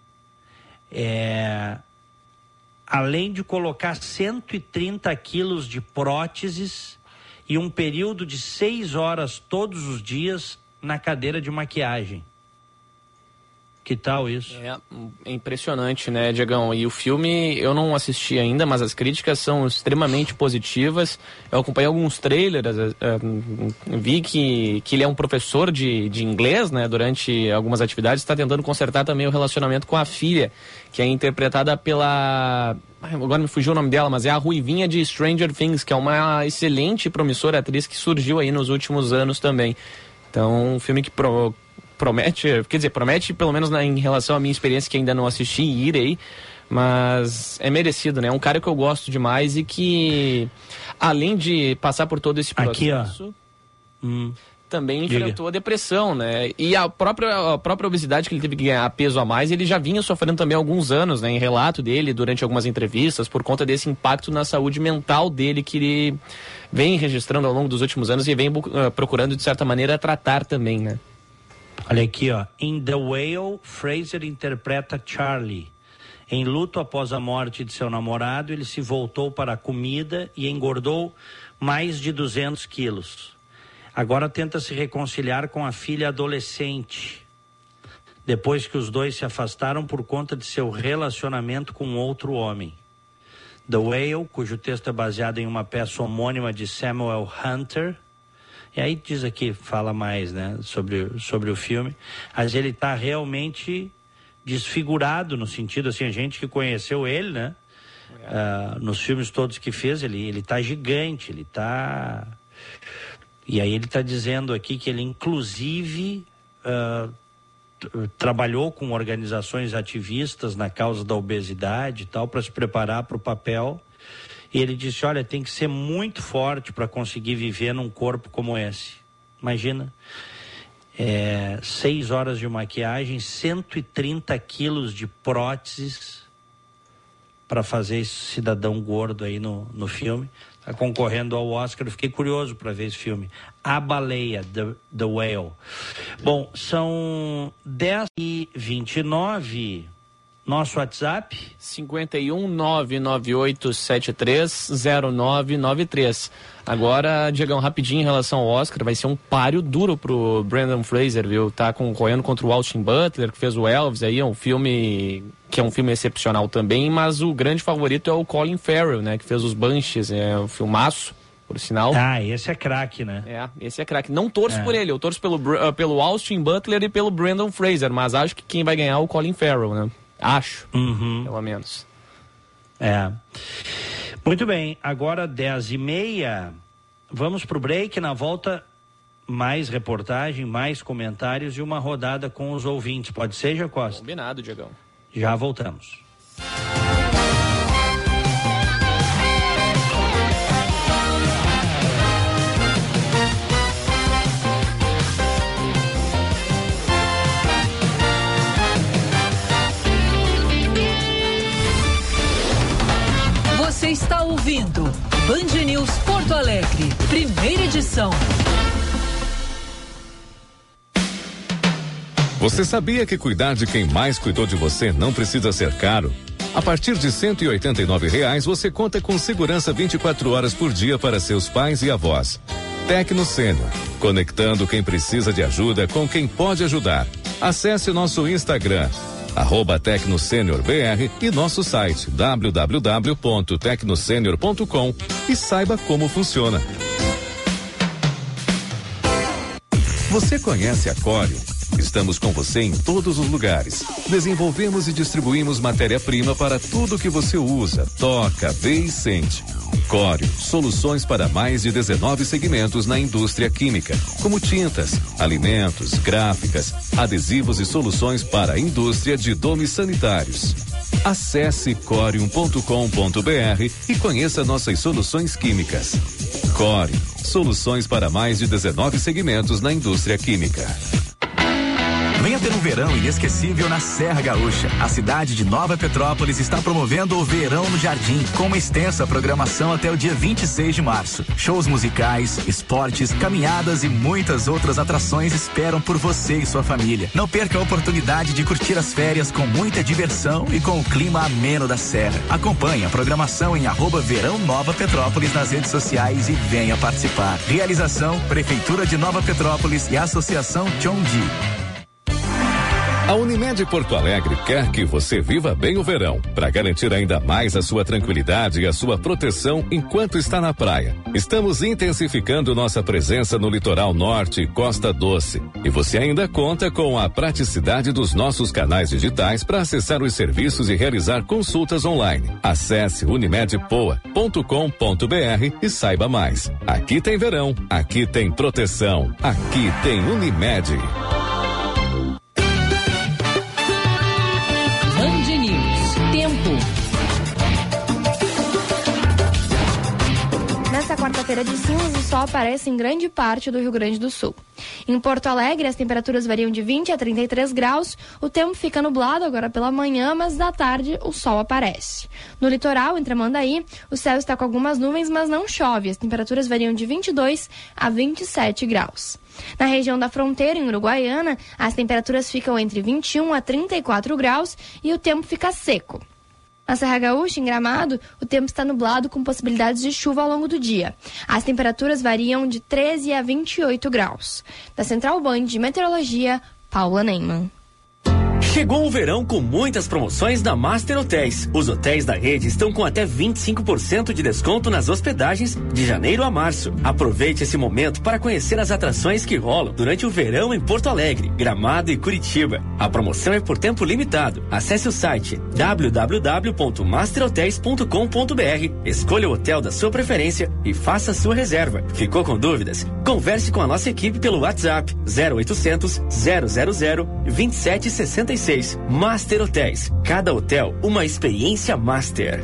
[SPEAKER 2] Além de colocar 130 quilos de próteses e um período de 6 horas todos os dias na cadeira de maquiagem. Que tal isso?
[SPEAKER 3] É impressionante, né, Diegão? E o filme eu não assisti ainda, mas as críticas são extremamente positivas. Eu acompanhei alguns trailers, vi que ele é um professor de inglês, né, durante algumas atividades, está tentando consertar também o relacionamento com a filha, que é interpretada pela... Agora me fugiu o nome dela, mas é a Ruivinha de Stranger Things, que é uma excelente e promissora atriz que surgiu aí nos últimos anos também. Então, um filme que promete pelo menos em relação à minha experiência, que ainda não assisti e irei, mas é merecido, né? É um cara que eu gosto demais e que, além de passar por todo esse processo,
[SPEAKER 2] aqui,
[SPEAKER 3] também enfrentou a depressão, né? E a própria obesidade, que ele teve que ganhar peso a mais, ele já vinha sofrendo também há alguns anos, né? Em relato dele, durante algumas entrevistas, por conta desse impacto na saúde mental dele, que ele vem registrando ao longo dos últimos anos e vem procurando, de certa maneira, tratar também, né?
[SPEAKER 2] Olha aqui, ó. Em The Whale, Fraser interpreta Charlie. Em luto após a morte de seu namorado, ele se voltou para a comida e engordou mais de 200 quilos. Agora tenta se reconciliar com a filha adolescente, depois que os dois se afastaram por conta de seu relacionamento com outro homem. The Whale, cujo texto é baseado em uma peça homônima de Samuel Hunter, e aí diz aqui, fala mais, né, sobre o filme, mas ele está realmente desfigurado, no sentido assim, a gente que conheceu ele, né, nos filmes todos que fez, ele tá gigante, ele tá... E aí ele tá dizendo aqui que ele inclusive trabalhou com organizações ativistas na causa da obesidade e tal, para se preparar para o papel, e ele disse, olha, tem que ser muito forte para conseguir viver num corpo como esse. Imagina, 6 horas de maquiagem, 130 quilos de próteses para fazer esse cidadão gordo aí no filme. Está concorrendo ao Oscar. Eu fiquei curioso para ver esse filme. A Baleia, The Whale. Bom, são 10h29. Nosso WhatsApp?
[SPEAKER 3] 51998730993. Agora, Diegão, rapidinho em relação ao Oscar, vai ser um páreo duro pro Brendan Fraser, viu? Tá concorrendo contra o Austin Butler, que fez o Elvis aí, um filme que é um filme excepcional também, mas o grande favorito é o Colin Farrell, né? Que fez os Banshees, é um filmaço, por sinal.
[SPEAKER 2] Esse é craque, né?
[SPEAKER 3] Esse é craque. Não torço por ele, eu torço pelo Austin Butler e pelo Brendan Fraser, mas acho que quem vai ganhar é o Colin Farrell, né? Acho, pelo menos.
[SPEAKER 2] Muito bem, agora 10h30, vamos pro break. Na volta, mais reportagem, mais comentários e uma rodada com os ouvintes. Pode ser, Jacosta?
[SPEAKER 3] Combinado, Diegão.
[SPEAKER 2] Já voltamos.
[SPEAKER 1] Você está ouvindo Band News Porto Alegre, primeira edição.
[SPEAKER 8] Você sabia que cuidar de quem mais cuidou de você não precisa ser caro? A partir de R$189 você conta com segurança 24 horas por dia para seus pais e avós. Tecno Sênior, conectando quem precisa de ajuda com quem pode ajudar. Acesse nosso Instagram, @TecnoSeniorBR e nosso site www.tecnosenior.com e saiba como funciona. Você conhece a Corium? Estamos com você em todos os lugares. Desenvolvemos e distribuímos matéria-prima para tudo que você usa, toca, vê e sente. Corium, soluções para mais de 19 segmentos na indústria química, como tintas, alimentos, gráficas, adesivos e soluções para a indústria de domes sanitários. Acesse corium.com.br e conheça nossas soluções químicas. Corium, soluções para mais de 19 segmentos na indústria química.
[SPEAKER 14] Venha ter um verão inesquecível na Serra Gaúcha. A cidade de Nova Petrópolis está promovendo o Verão no Jardim, com uma extensa programação até o dia 26 de março. Shows musicais, esportes, caminhadas e muitas outras atrações esperam por você e sua família. Não perca a oportunidade de curtir as férias com muita diversão e com o clima ameno da Serra. Acompanhe a programação em @Verão Nova Petrópolis nas redes sociais e venha participar. Realização Prefeitura de Nova Petrópolis e Associação Chongji.
[SPEAKER 8] A Unimed Porto Alegre quer que você viva bem o verão, para garantir ainda mais a sua tranquilidade e a sua proteção enquanto está na praia. Estamos intensificando nossa presença no litoral norte e Costa Doce. E você ainda conta com a praticidade dos nossos canais digitais para acessar os serviços e realizar consultas online. Acesse unimedpoa.com.br e saiba mais. Aqui tem verão, aqui tem proteção, aqui tem Unimed.
[SPEAKER 21] Nesta quarta-feira de cinzas, o sol sol aparece em grande parte do Rio Grande do Sul. Em Porto Alegre, as temperaturas variam de 20 a 33 graus, o tempo fica nublado agora pela manhã, mas da tarde o sol aparece. No litoral, em Tramandaí, o céu está com algumas nuvens, mas não chove, as temperaturas variam de 22 a 27 graus. Na região da fronteira, em Uruguaiana, as temperaturas ficam entre 21 a 34 graus e o tempo fica seco. Na Serra Gaúcha, em Gramado, o tempo está nublado com possibilidades de chuva ao longo do dia. As temperaturas variam de 13 a 28 graus. Da Central Band de Meteorologia, Paula Neyman.
[SPEAKER 16] Chegou o verão com muitas promoções da Master Hotéis. Os hotéis da rede estão com até 25% de desconto nas hospedagens de janeiro a março. Aproveite esse momento para conhecer as atrações que rolam durante o verão em Porto Alegre, Gramado e Curitiba. A promoção é por tempo limitado. Acesse o site www.masterhotels.com.br, escolha o hotel da sua preferência e faça a sua reserva. Ficou com dúvidas? Converse com a nossa equipe pelo WhatsApp 0800 000 2766. Master Hotéis. Cada hotel, uma experiência master.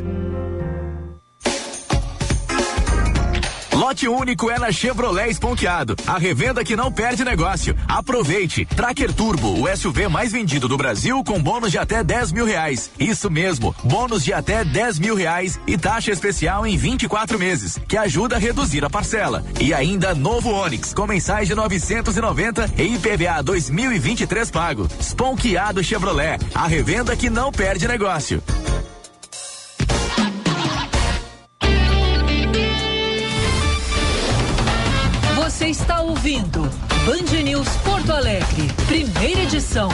[SPEAKER 14] Lote único é na Chevrolet Esponqueado. A revenda que não perde negócio. Aproveite. Tracker Turbo, o SUV mais vendido do Brasil, com bônus de até 10 mil reais. Isso mesmo, bônus de até 10 mil reais e taxa especial em 24 meses, que ajuda a reduzir a parcela. E ainda novo Onix, com mensais de 990 e IPVA 2023 pago. Esponqueado Chevrolet, a revenda que não perde negócio.
[SPEAKER 1] Você está ouvindo Band News Porto Alegre, primeira edição.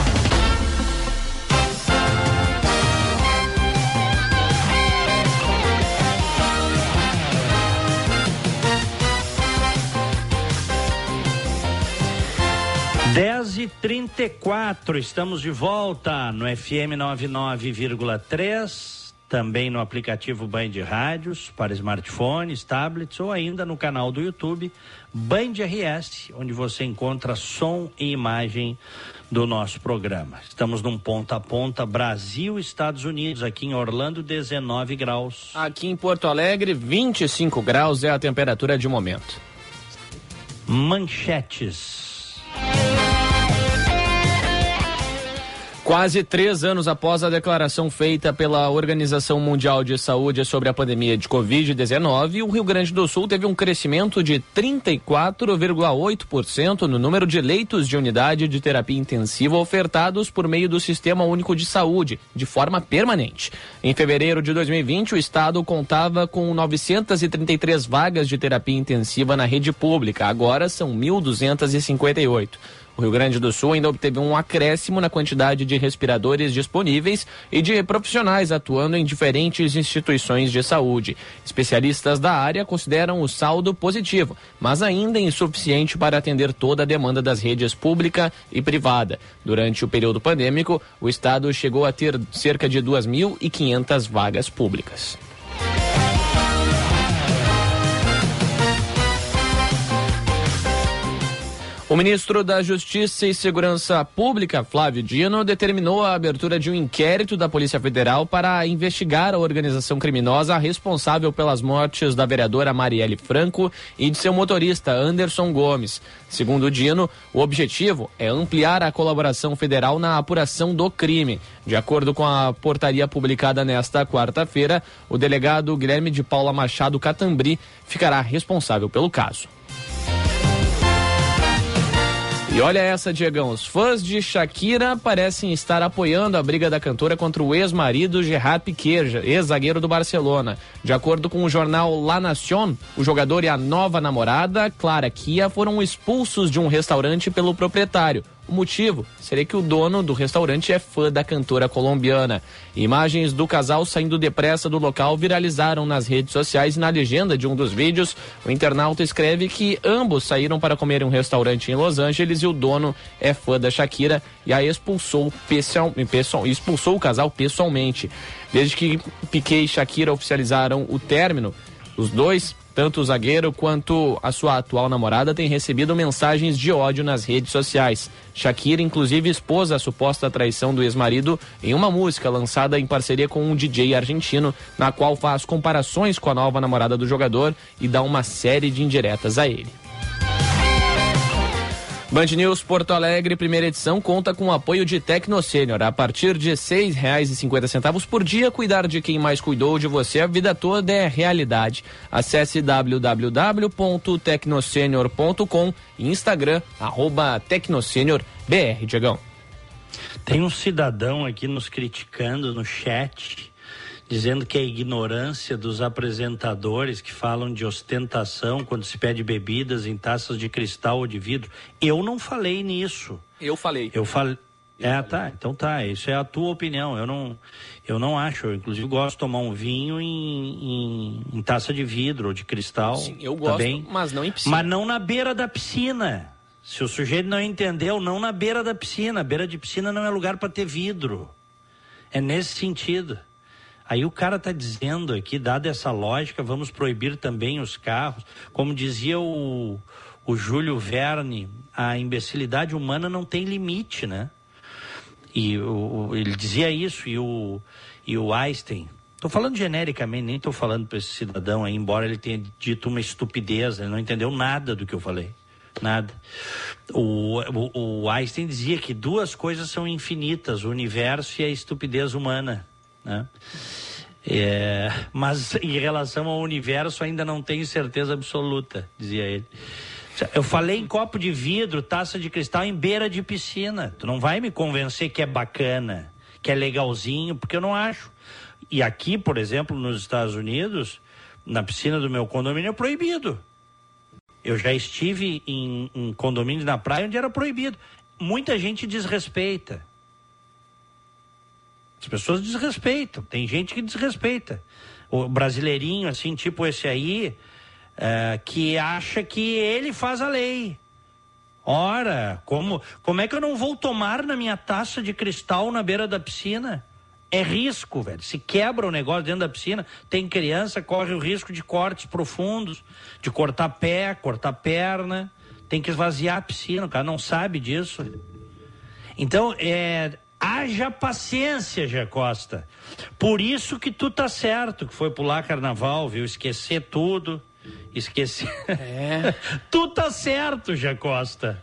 [SPEAKER 2] Dez e 34, estamos de volta no FM 99,3. Também no aplicativo Band Rádios para smartphones, tablets ou ainda no canal do YouTube Band RS, onde você encontra som e imagem do nosso programa. Estamos num ponta a ponta Brasil, Estados Unidos, aqui em Orlando 19 graus.
[SPEAKER 3] Aqui em Porto Alegre 25 graus é a temperatura de momento.
[SPEAKER 2] Manchetes.
[SPEAKER 3] Quase 3 anos após a declaração feita pela Organização Mundial de Saúde sobre a pandemia de Covid-19, o Rio Grande do Sul teve um crescimento de 34,8% no número de leitos de unidade de terapia intensiva ofertados por meio do Sistema Único de Saúde, de forma permanente. Em fevereiro de 2020, o estado contava com 933 vagas de terapia intensiva na rede pública, agora são 1.258. O Rio Grande do Sul ainda obteve um acréscimo na quantidade de respiradores disponíveis e de profissionais atuando em diferentes instituições de saúde. Especialistas da área consideram o saldo positivo, mas ainda insuficiente para atender toda a demanda das redes pública e privada. Durante o período pandêmico, o estado chegou a ter cerca de 2.500 vagas públicas. O ministro da Justiça e Segurança Pública, Flávio Dino, determinou a abertura de um inquérito da Polícia Federal para investigar a organização criminosa responsável pelas mortes da vereadora Marielle Franco e de seu motorista Anderson Gomes. Segundo Dino, o objetivo é ampliar a colaboração federal na apuração do crime. De acordo com a portaria publicada nesta quarta-feira, o delegado Guilherme de Paula Machado Catambri ficará responsável pelo caso. E olha essa, Diegão, os fãs de Shakira parecem estar apoiando a briga da cantora contra o ex-marido Gerard Piqué, ex-zagueiro do Barcelona. De acordo com o jornal La Nación, o jogador e a nova namorada, Clara Kia, foram expulsos de um restaurante pelo proprietário. O motivo seria que o dono do restaurante é fã da cantora colombiana. Imagens do casal saindo depressa do local viralizaram nas redes sociais e na legenda de um dos vídeos, o internauta escreve que ambos saíram para comer em um restaurante em Los Angeles e o dono é fã da Shakira e a expulsou o casal pessoalmente. Desde que Piqué e Shakira oficializaram o término, os dois Tanto o zagueiro quanto a sua atual namorada têm recebido mensagens de ódio nas redes sociais. Shakira, inclusive, expôs a suposta traição do ex-marido em uma música lançada em parceria com um DJ argentino, na qual faz comparações com a nova namorada do jogador e dá uma série de indiretas a ele. Band News Porto Alegre, primeira edição, conta com o apoio de Tecnosênior. A partir de R$ 6,50 por dia, cuidar de quem mais cuidou de você a vida toda é realidade. Acesse www.tecnosenior.com e Instagram, @tecnosenior.br, Diegão.
[SPEAKER 2] Tem um cidadão aqui nos criticando no chat, dizendo que é a ignorância dos apresentadores que falam de ostentação quando se pede bebidas em taças de cristal ou de vidro. Eu não falei nisso.
[SPEAKER 3] Eu falei.
[SPEAKER 2] Eu falei. Tá, então tá, isso é a tua opinião. Eu não acho, eu inclusive gosto de tomar um vinho em taça de vidro ou de cristal.
[SPEAKER 3] Sim, eu gosto,
[SPEAKER 2] também,
[SPEAKER 3] mas não em piscina.
[SPEAKER 2] Mas não na beira da piscina. Se o sujeito não entendeu, não na beira da piscina. A beira de piscina não é lugar para ter vidro. É nesse sentido. Aí o cara está dizendo aqui, dada essa lógica, vamos proibir também os carros. Como dizia o Júlio Verne, a imbecilidade humana não tem limite, né? E ele dizia isso, e o Einstein. Estou falando genericamente, nem estou falando para esse cidadão aí, embora ele tenha dito uma estupidez, ele não entendeu nada do que eu falei. Nada. O Einstein dizia que duas coisas são infinitas, o universo e a estupidez humana. Né? Mas em relação ao universo ainda não tenho certeza absoluta, dizia ele. Eu falei em copo de vidro, taça de cristal em beira de piscina. Tu não vai me convencer que é bacana, que é legalzinho, porque eu não acho. E aqui, por exemplo, nos Estados Unidos, na piscina do meu condomínio é proibido. Eu já estive em condomínios na praia onde era proibido. Muita gente desrespeita. As pessoas desrespeitam, tem gente que desrespeita. O brasileirinho, assim, tipo esse aí, que acha que ele faz a lei. Ora, como é que eu não vou tomar na minha taça de cristal na beira da piscina? É risco, velho. Se quebra o negócio dentro da piscina, tem criança, corre o risco de cortes profundos, de cortar pé, cortar perna, tem que esvaziar a piscina, o cara não sabe disso. Então, haja paciência, Gé Costa. Por isso que tu tá certo, que foi pular carnaval, viu? Esquecer tudo. Esquecer. Tu tá certo, Gé Costa.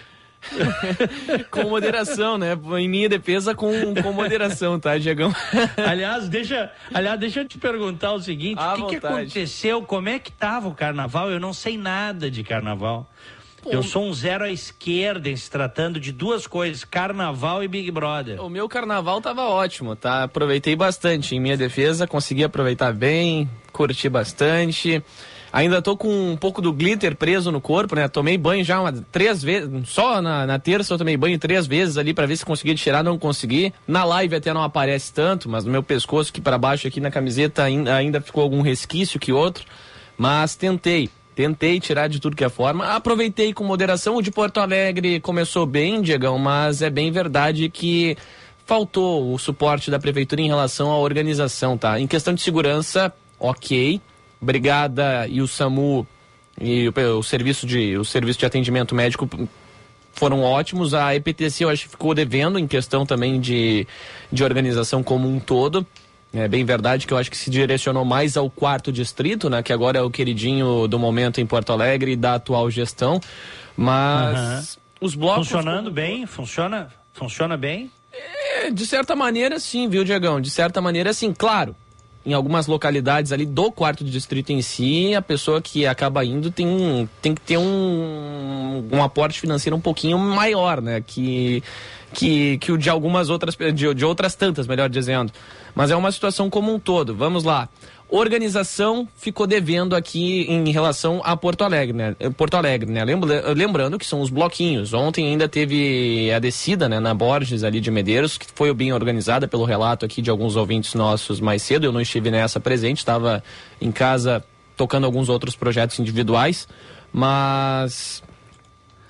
[SPEAKER 3] Com moderação, né? Em minha defesa, com moderação, tá, Diegão?
[SPEAKER 2] Aliás, deixa eu te perguntar o seguinte: o que aconteceu? Como é que tava o carnaval? Eu não sei nada de carnaval. Eu sou um zero à esquerda em se tratando de duas coisas, carnaval e Big Brother.
[SPEAKER 3] O meu carnaval tava ótimo, tá? Aproveitei bastante. Em minha defesa, consegui aproveitar bem, curti bastante. Ainda tô com um pouco do glitter preso no corpo, né? Tomei banho já 3 vezes, só na terça eu tomei banho 3 vezes ali pra ver se conseguia tirar, não consegui. Na live até não aparece tanto, mas no meu pescoço aqui pra baixo, aqui na camiseta, ainda ficou algum resquício que outro. Mas tentei tirar de tudo que é forma, aproveitei com moderação. O de Porto Alegre começou bem, Diegão, mas é bem verdade que faltou o suporte da prefeitura em relação à organização, tá? Em questão de segurança, ok, Brigada e o SAMU e o serviço de atendimento médico foram ótimos. A EPTC eu acho que ficou devendo em questão também de organização como um todo. É bem verdade que eu acho que se direcionou mais ao 4º distrito, né? Que agora é o queridinho do momento em Porto Alegre e da atual gestão. Mas os blocos...
[SPEAKER 2] Funcionando bem? Funciona bem?
[SPEAKER 3] De certa maneira sim, viu, Diegão? De certa maneira sim, claro. Em algumas localidades ali do 4º distrito em si, a pessoa que acaba indo tem que ter um aporte financeiro um pouquinho maior, né? Que o de algumas outras, de outras tantas, melhor dizendo. Mas é uma situação como um todo. Vamos lá. Organização ficou devendo aqui em relação a Porto Alegre, né? Lembrando que são os bloquinhos. Ontem ainda teve a descida, né, na Borges ali de Medeiros, que foi bem organizada pelo relato aqui de alguns ouvintes nossos mais cedo. Eu não estive nessa presente, estava em casa tocando alguns outros projetos individuais, mas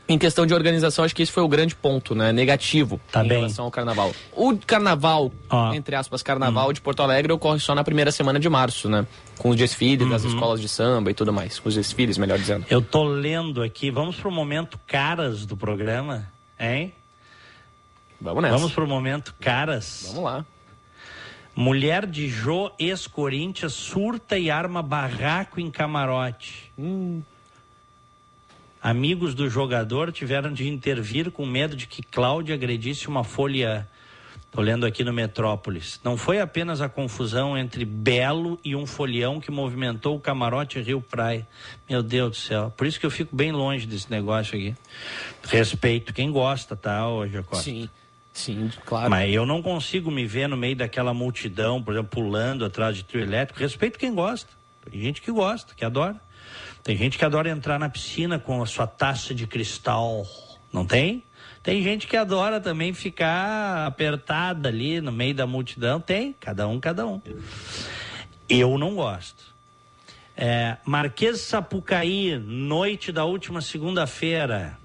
[SPEAKER 3] Em questão de organização, acho que esse foi o grande ponto, né? Negativo em relação ao carnaval. O carnaval, entre aspas, carnaval de Porto Alegre ocorre só na primeira semana de março, né? Com os desfiles das escolas de samba e tudo mais. Com os desfiles, melhor dizendo.
[SPEAKER 2] Eu tô lendo aqui, vamos pro momento caras do programa, hein?
[SPEAKER 3] Vamos nessa.
[SPEAKER 2] Vamos pro momento caras.
[SPEAKER 3] Vamos lá.
[SPEAKER 2] Mulher de Jô, ex-Corinthians, surta e arma barraco em camarote. Amigos do jogador tiveram de intervir com medo de que Cláudia agredisse uma folha. Estou lendo aqui no Metrópolis. Não foi apenas a confusão entre Belo e um folião que movimentou o camarote Rio Praia. Meu Deus do céu. Por isso que eu fico bem longe desse negócio aqui. Respeito quem gosta, tá, hoje Costa?
[SPEAKER 3] Sim, claro.
[SPEAKER 2] Mas eu não consigo me ver no meio daquela multidão, por exemplo, pulando atrás de trio elétrico. Respeito quem gosta. Tem gente que gosta, que adora. Tem gente que adora entrar na piscina com a sua taça de cristal, não tem? Tem gente que adora também ficar apertada ali no meio da multidão, tem, cada um. Eu não gosto. Marquês Sapucaí, noite da última segunda-feira.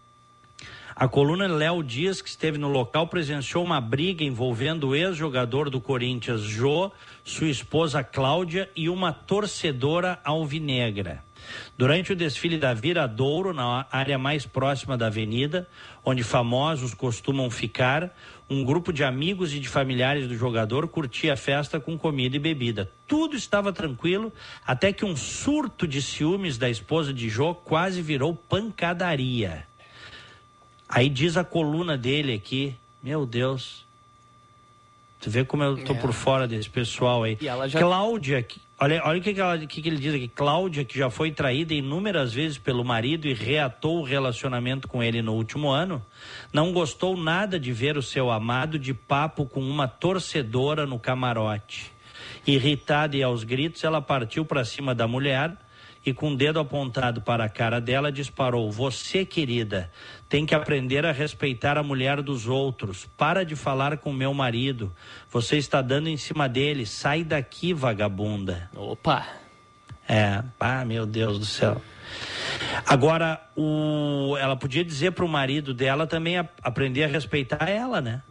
[SPEAKER 2] A coluna Léo Dias, que esteve no local, presenciou uma briga envolvendo o ex-jogador do Corinthians, Jô, sua esposa Cláudia e uma torcedora alvinegra. Durante o desfile da Viradouro, na área mais próxima da avenida, onde famosos costumam ficar, um grupo de amigos e de familiares do jogador curtia a festa com comida e bebida. Tudo estava tranquilo, até que um surto de ciúmes da esposa de Jô quase virou pancadaria. Aí diz a coluna dele aqui, meu Deus, tu vê como eu tô por fora desse pessoal aí. Cláudia, olha o que ele diz aqui, Cláudia, que já foi traída inúmeras vezes pelo marido e reatou o relacionamento com ele no último ano, não gostou nada de ver o seu amado de papo com uma torcedora no camarote. Irritada e aos gritos, ela partiu para cima da mulher e com o dedo apontado para a cara dela disparou: "Você, querida, tem que aprender a respeitar a mulher dos outros. Para de falar com meu marido. Você está dando em cima dele. Sai daqui, vagabunda."
[SPEAKER 3] Opa!
[SPEAKER 2] Meu Deus do céu. Agora, ela podia dizer para o marido dela também aprender a respeitar ela, né?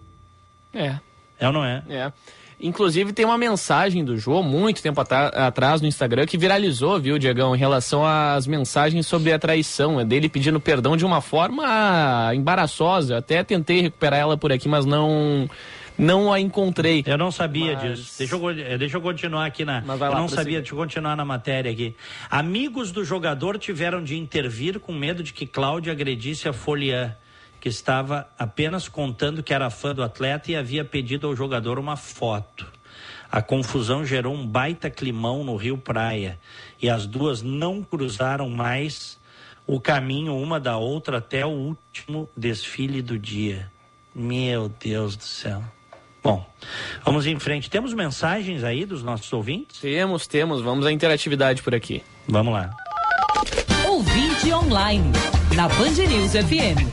[SPEAKER 2] É ou não é?
[SPEAKER 3] Inclusive tem uma mensagem do Jô, muito tempo atrás no Instagram, que viralizou, viu, Diegão, em relação às mensagens sobre a traição, dele pedindo perdão de uma forma embaraçosa. Eu até tentei recuperar ela por aqui, mas não a encontrei.
[SPEAKER 2] Eu não sabia disso. Deixa eu continuar aqui eu não sabia, deixa eu continuar na matéria aqui. Amigos do jogador tiveram de intervir com medo de que Cláudia agredisse a foliã, que estava apenas contando que era fã do atleta e havia pedido ao jogador uma foto. A confusão gerou um baita climão no Rio Praia e as duas não cruzaram mais o caminho uma da outra até o último desfile do dia. Meu Deus do céu. Bom, vamos em frente. Temos mensagens aí dos nossos ouvintes?
[SPEAKER 3] Temos. Vamos à interatividade por aqui.
[SPEAKER 2] Vamos lá.
[SPEAKER 1] Ouvinte online, na Band News FM.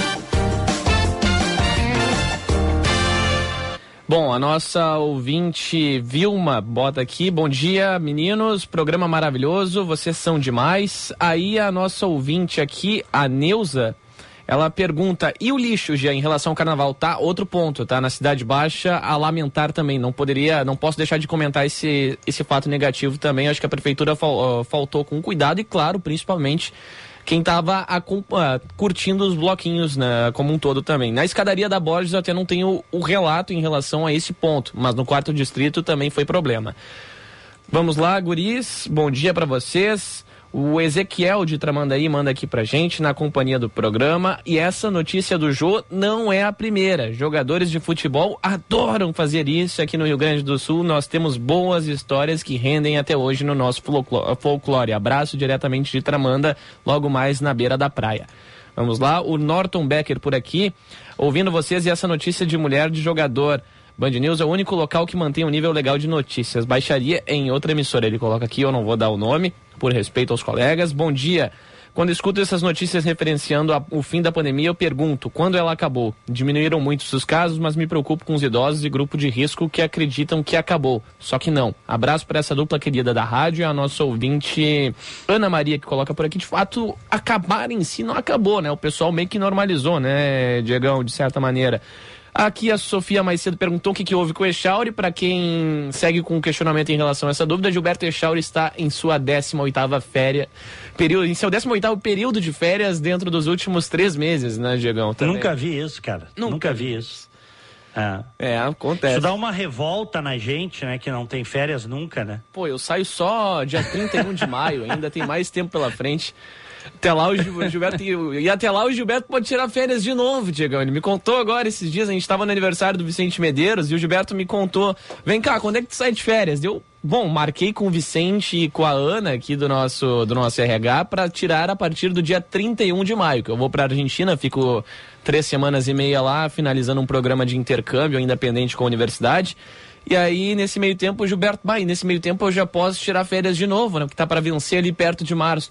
[SPEAKER 3] Bom, a nossa ouvinte Vilma bota aqui: bom dia, meninos, programa maravilhoso, vocês são demais. Aí a nossa ouvinte aqui, a Neuza, ela pergunta: e o lixo, já em relação ao carnaval? Tá, outro ponto, tá? Na Cidade Baixa, a lamentar também. Não posso deixar de comentar esse fato negativo também. Acho que a prefeitura faltou com cuidado e, claro, principalmente quem estava curtindo os bloquinhos, né, como um todo também. Na escadaria da Borges eu até não tenho o relato em relação a esse ponto, mas no 4º distrito também foi problema. Vamos lá, guris, bom dia para vocês. O Ezequiel de Tramandaí manda aqui pra gente, na companhia do programa, e essa notícia do Jô não é a primeira. Jogadores de futebol adoram fazer isso aqui no Rio Grande do Sul. Nós temos boas histórias que rendem até hoje no nosso folclore. Abraço diretamente de Tramanda, logo mais na beira da praia. Vamos lá, o Norton Becker por aqui, ouvindo vocês e essa notícia de mulher de jogador. Band News é o único local que mantém um nível legal de notícias. Baixaria em outra emissora. Ele coloca aqui, eu não vou dar o nome, por respeito aos colegas. Bom dia. Quando escuto essas notícias referenciando o fim da pandemia, eu pergunto, quando ela acabou? Diminuíram muito os casos, mas me preocupo com os idosos e grupo de risco que acreditam que acabou. Só que não. Abraço para essa dupla querida da rádio e a nossa ouvinte Ana Maria, que coloca por aqui. De fato, acabar em si não acabou, né? O pessoal meio que normalizou, né, Diegão, de certa maneira. Aqui a Sofia mais cedo perguntou o que houve com o Echauri. Para quem segue com questionamento em relação a essa dúvida, Gilberto Echauri está em sua 18ª férias, em seu 18º período de férias dentro dos últimos 3 meses, né, Diegão?
[SPEAKER 2] Nunca vi isso, cara. Nunca vi isso.
[SPEAKER 3] Acontece.
[SPEAKER 2] Isso dá uma revolta na gente, né, que não tem férias nunca, né?
[SPEAKER 3] Pô, eu saio só dia 31 de maio, ainda tem mais tempo pela frente. Até lá o Gilberto e até lá o Gilberto pode tirar férias de novo, Diegão. Ele me contou agora esses dias, a gente estava no aniversário do Vicente Medeiros e o Gilberto me contou, vem cá, quando é que tu sai de férias? Marquei com o Vicente e com a Ana aqui do nosso RH para tirar a partir do dia 31 de maio, que eu vou para Argentina, fico 3 semanas e meia lá, finalizando um programa de intercâmbio independente com a universidade. E aí, nesse meio tempo, o Gilberto, nesse meio tempo eu já posso tirar férias de novo, né? Porque tá para vencer ali perto de março.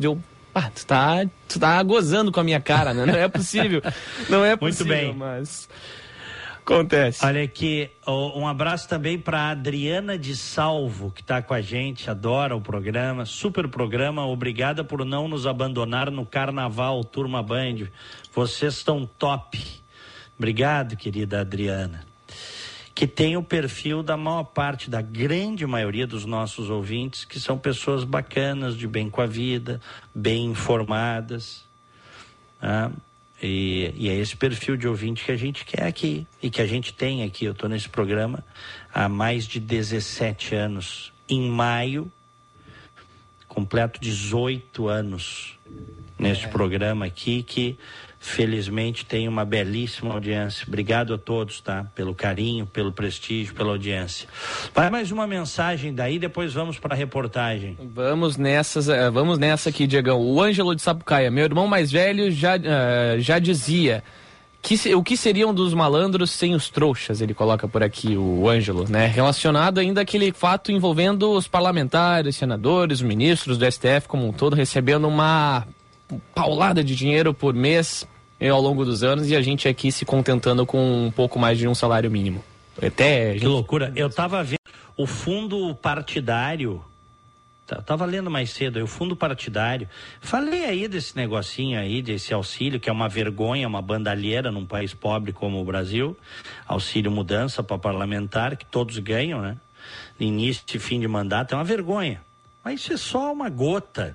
[SPEAKER 3] Tu tá gozando com a minha cara, né? Não é possível. Não é possível,
[SPEAKER 2] muito bem.
[SPEAKER 3] Mas acontece.
[SPEAKER 2] Olha aqui, um abraço também para Adriana de Salvo, que está com a gente, adora o programa, super programa, obrigada por não nos abandonar no Carnaval, Turma Band. Vocês estão top. Obrigado, querida Adriana. Que tem o perfil da maior parte, da grande maioria dos nossos ouvintes, que são pessoas bacanas, de bem com a vida, bem informadas. Tá? E é esse perfil de ouvinte que a gente quer aqui, e que a gente tem aqui. Eu estou nesse programa há mais de 17 anos. Em maio, completo 18 anos neste programa aqui, que felizmente tem uma belíssima audiência. Obrigado a todos, tá? Pelo carinho, pelo prestígio, pela audiência. Vai mais uma mensagem daí, depois vamos para a reportagem.
[SPEAKER 3] Vamos nessa aqui, Diegão. O Ângelo de Sapucaia, meu irmão mais velho já dizia o que seriam dos malandros sem os trouxas, ele coloca por aqui, o Ângelo, né? Relacionado ainda àquele fato envolvendo os parlamentares, senadores, ministros do STF como um todo, recebendo uma paulada de dinheiro por mês ao longo dos anos, e a gente aqui se contentando com um pouco mais de um salário mínimo. Que
[SPEAKER 2] loucura. Eu tava vendo o fundo partidário, tava lendo mais cedo, o fundo partidário, falei aí desse negocinho aí, desse auxílio, que é uma vergonha, uma bandalheira num país pobre como o Brasil, auxílio mudança para parlamentar, que todos ganham, né? Início e fim de mandato, é uma vergonha. Mas isso é só uma gota,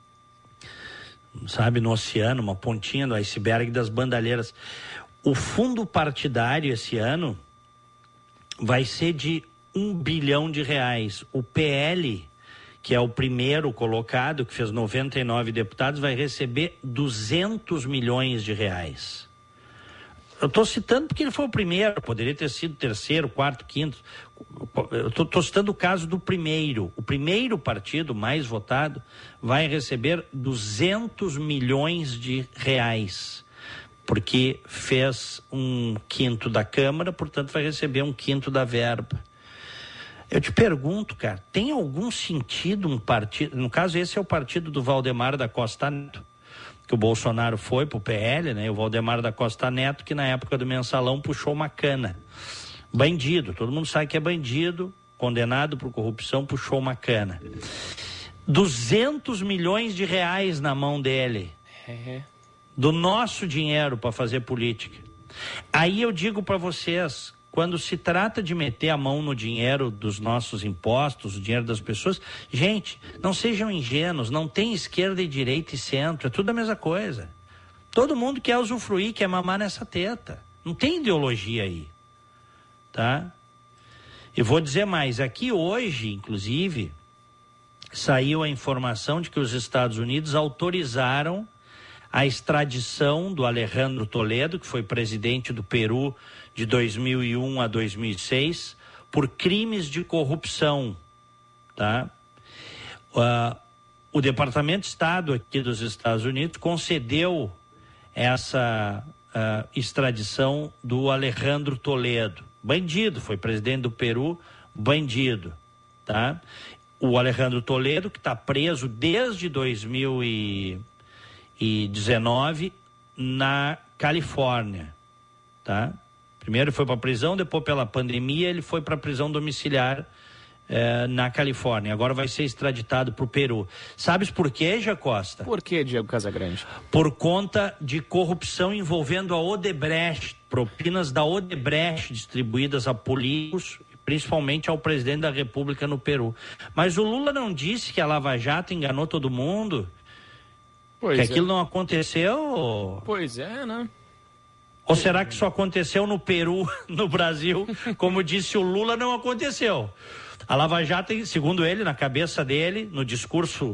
[SPEAKER 2] sabe, no oceano, uma pontinha do iceberg das bandalheiras. O fundo partidário esse ano vai ser de R$1 bilhão. O PL, que é o primeiro colocado, que fez 99 deputados, vai receber R$200 milhões. Eu estou citando porque ele foi o primeiro, poderia ter sido terceiro, quarto, quinto. Eu estou citando o caso do primeiro. O primeiro partido mais votado vai receber R$200 milhões, porque fez 1/5 da Câmara, portanto vai receber 1/5 da verba. Eu te pergunto, cara, tem algum sentido um partido, no caso esse é o partido do Valdemar da Costa Neto, que o Bolsonaro foi pro PL, né? O Valdemar da Costa Neto, que na época do mensalão puxou uma cana. Bandido, todo mundo sabe que é bandido, condenado por corrupção, puxou uma cana. R$200 milhões na mão dele. Do nosso dinheiro para fazer política. Aí eu digo para vocês, quando se trata de meter a mão no dinheiro dos nossos impostos, o dinheiro das pessoas, gente, não sejam ingênuos, não tem esquerda e direita e centro, é tudo a mesma coisa. Todo mundo quer usufruir, quer mamar nessa teta. Não tem ideologia aí, tá? E vou dizer mais, aqui hoje, inclusive, saiu a informação de que os Estados Unidos autorizaram a extradição do Alejandro Toledo, que foi presidente do Peru de 2001 a 2006, por crimes de corrupção, tá? O Departamento de Estado aqui dos Estados Unidos concedeu essa extradição do Alejandro Toledo. Bandido, foi presidente do Peru, bandido, tá? O Alejandro Toledo, que está preso desde 2001, 2019 na Califórnia, tá? Primeiro ele foi para prisão, depois pela pandemia ele foi para prisão domiciliar na Califórnia. Agora vai ser extraditado para o Peru. Sabes por quê, Jacosta?
[SPEAKER 3] Por que, Diego Casagrande?
[SPEAKER 2] Por conta de corrupção envolvendo a Odebrecht, propinas da Odebrecht distribuídas a políticos, principalmente ao presidente da República no Peru. Mas o Lula não disse que a Lava Jato enganou todo mundo?
[SPEAKER 3] Pois
[SPEAKER 2] que aquilo não aconteceu?
[SPEAKER 3] Pois é, né?
[SPEAKER 2] Ou será que só aconteceu no Peru, no Brasil? Como disse o Lula, não aconteceu. A Lava Jato, segundo ele, na cabeça dele, no discurso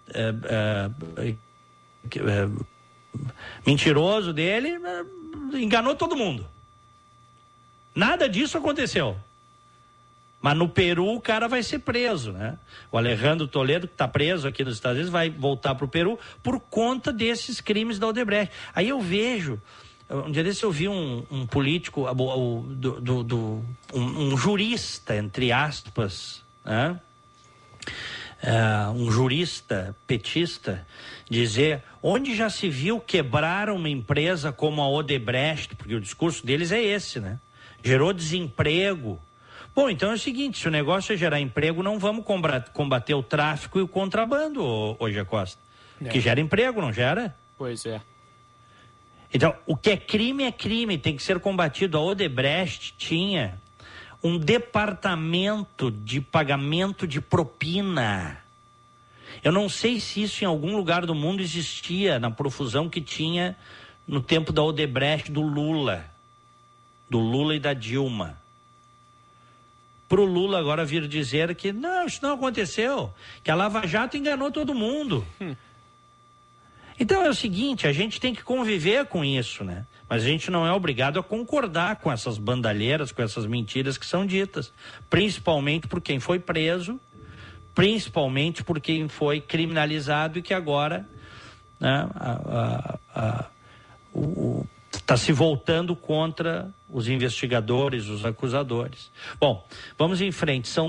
[SPEAKER 2] mentiroso dele, enganou todo mundo. Nada disso aconteceu. Mas no Peru o cara vai ser preso, né? O Alejandro Toledo, que está preso aqui nos Estados Unidos, vai voltar para o Peru por conta desses crimes da Odebrecht. Aí eu vejo... Um dia desse eu vi um político, um jurista, entre aspas, né? Um jurista petista, dizer onde já se viu quebrar uma empresa como a Odebrecht, porque o discurso deles é esse, né? Gerou desemprego. Bom, então é o seguinte, se o negócio é gerar emprego, não vamos combater o tráfico e o contrabando, ô Costa. Que gera emprego, não gera?
[SPEAKER 3] Pois é.
[SPEAKER 2] Então, o que é crime, tem que ser combatido. A Odebrecht tinha um departamento de pagamento de propina. Eu não sei se isso em algum lugar do mundo existia na profusão que tinha no tempo da Odebrecht do Lula e da Dilma. Para o Lula agora vir dizer que não, isso não aconteceu, que a Lava Jato enganou todo mundo. Então é o seguinte, a gente tem que conviver com isso, né? Mas a gente não é obrigado a concordar com essas bandalheiras, com essas mentiras que são ditas. Principalmente por quem foi preso, principalmente por quem foi criminalizado e que agora, né, está se voltando contra os investigadores, os acusadores. Bom, vamos em frente, são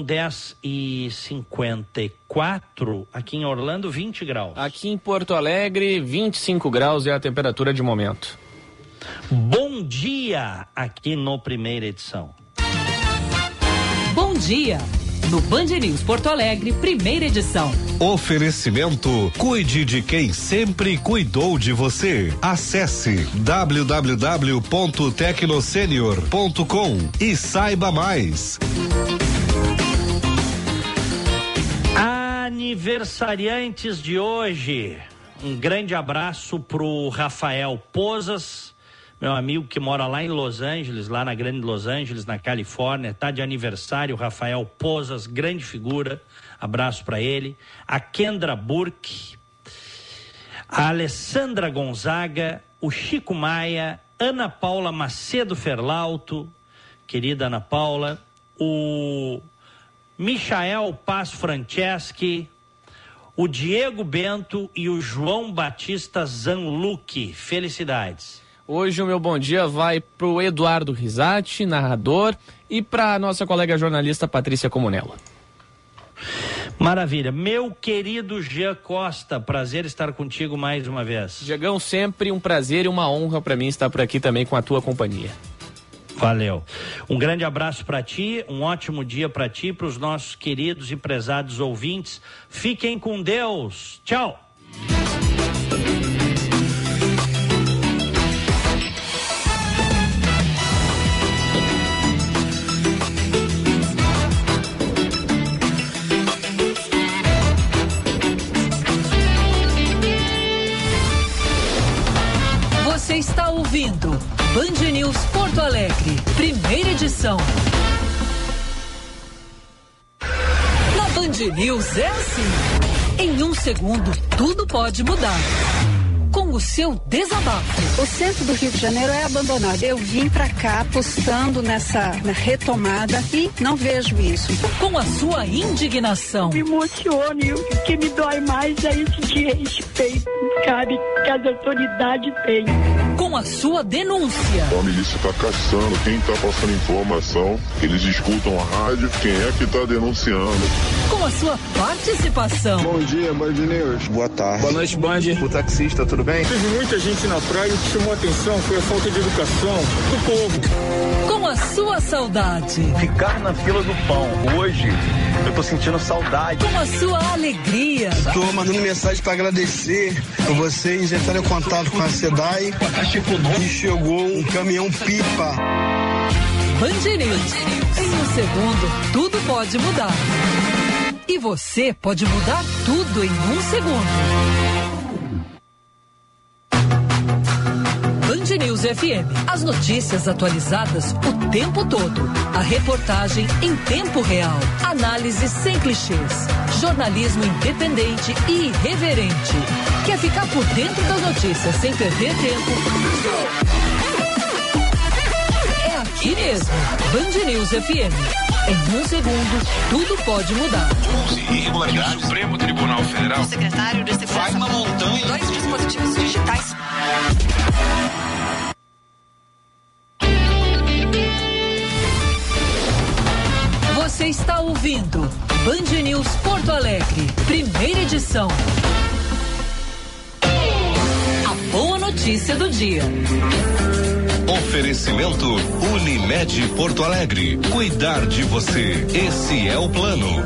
[SPEAKER 2] 10h54, aqui em Orlando, 20 graus.
[SPEAKER 3] Aqui em Porto Alegre, 25 graus é a temperatura de momento.
[SPEAKER 2] Bom dia, aqui no Primeira Edição.
[SPEAKER 1] Bom dia, no Band News Porto Alegre, Primeira Edição.
[SPEAKER 11] Oferecimento: cuide de quem sempre cuidou de você. Acesse www.tecnosenior.com e saiba mais.
[SPEAKER 2] Aniversariantes de hoje, um grande abraço pro Rafael Pozas, meu amigo que mora lá em Los Angeles, lá na grande Los Angeles, na Califórnia, tá de aniversário, Rafael Pozas, grande figura, abraço para ele. A Kendra Burke, a Alessandra Gonzaga, o Chico Maia, Ana Paula Macedo Ferlauto, querida Ana Paula, o Michael Paz Franceschi, o Diego Bento e o João Batista Zanlucchi. Felicidades.
[SPEAKER 3] Hoje o meu bom dia vai pro Eduardo Risati, narrador, e pra nossa colega jornalista Patrícia Comunella.
[SPEAKER 2] Maravilha. Meu querido Jean Costa, prazer estar contigo mais uma vez.
[SPEAKER 3] Diegão, sempre um prazer e uma honra para mim estar por aqui também com a tua companhia.
[SPEAKER 2] Valeu. Um grande abraço para ti, um ótimo dia para ti, para os nossos queridos e prezados ouvintes. Fiquem com Deus. Tchau.
[SPEAKER 1] Você está ouvindo Band News Porto Alegre, Primeira Edição. Na Band News é assim. Em um segundo, tudo pode mudar. Com o seu desabafo.
[SPEAKER 5] O centro do Rio de Janeiro é abandonado. Eu vim pra cá apostando na retomada e não vejo isso.
[SPEAKER 1] Com a sua indignação.
[SPEAKER 22] Me emociona e o que me dói mais é esse de respeito.
[SPEAKER 6] cabe que as autoridades têm.
[SPEAKER 1] Com a sua denúncia.
[SPEAKER 22] A milícia está caçando quem está passando informação, eles escutam a rádio, quem é que está denunciando.
[SPEAKER 1] Com a sua participação.
[SPEAKER 23] Bom dia, Band News. Boa tarde. Boa noite, Band. O taxista, tudo bem?
[SPEAKER 24] Teve muita gente na praia e o que chamou a atenção foi a falta de educação do povo.
[SPEAKER 1] Com a sua saudade.
[SPEAKER 25] Ficar na fila do pão. Hoje, eu tô sentindo saudade.
[SPEAKER 1] Com a sua alegria.
[SPEAKER 23] Tô mandando mensagem para agradecer por vocês entrarem em contato com a SEDAI. E chegou um caminhão pipa.
[SPEAKER 1] Band News. Em um segundo, tudo pode mudar. E você pode mudar tudo em um segundo. Band News FM. As notícias atualizadas o tempo todo. A reportagem em tempo real. Análise sem clichês. Jornalismo independente e irreverente. Quer ficar por dentro das notícias sem perder tempo? É aqui mesmo. Band News FM. Em um segundo, tudo pode mudar.
[SPEAKER 26] 11 irregularidades. Supremo Tribunal Federal.
[SPEAKER 27] O secretário de Segurança.
[SPEAKER 26] Vai uma montanha.
[SPEAKER 27] 2 dispositivos digitais.
[SPEAKER 1] Você está ouvindo Band News Porto Alegre, primeira edição. A boa notícia do dia.
[SPEAKER 11] Oferecimento Unimed Porto Alegre. Cuidar de você. Esse é o plano.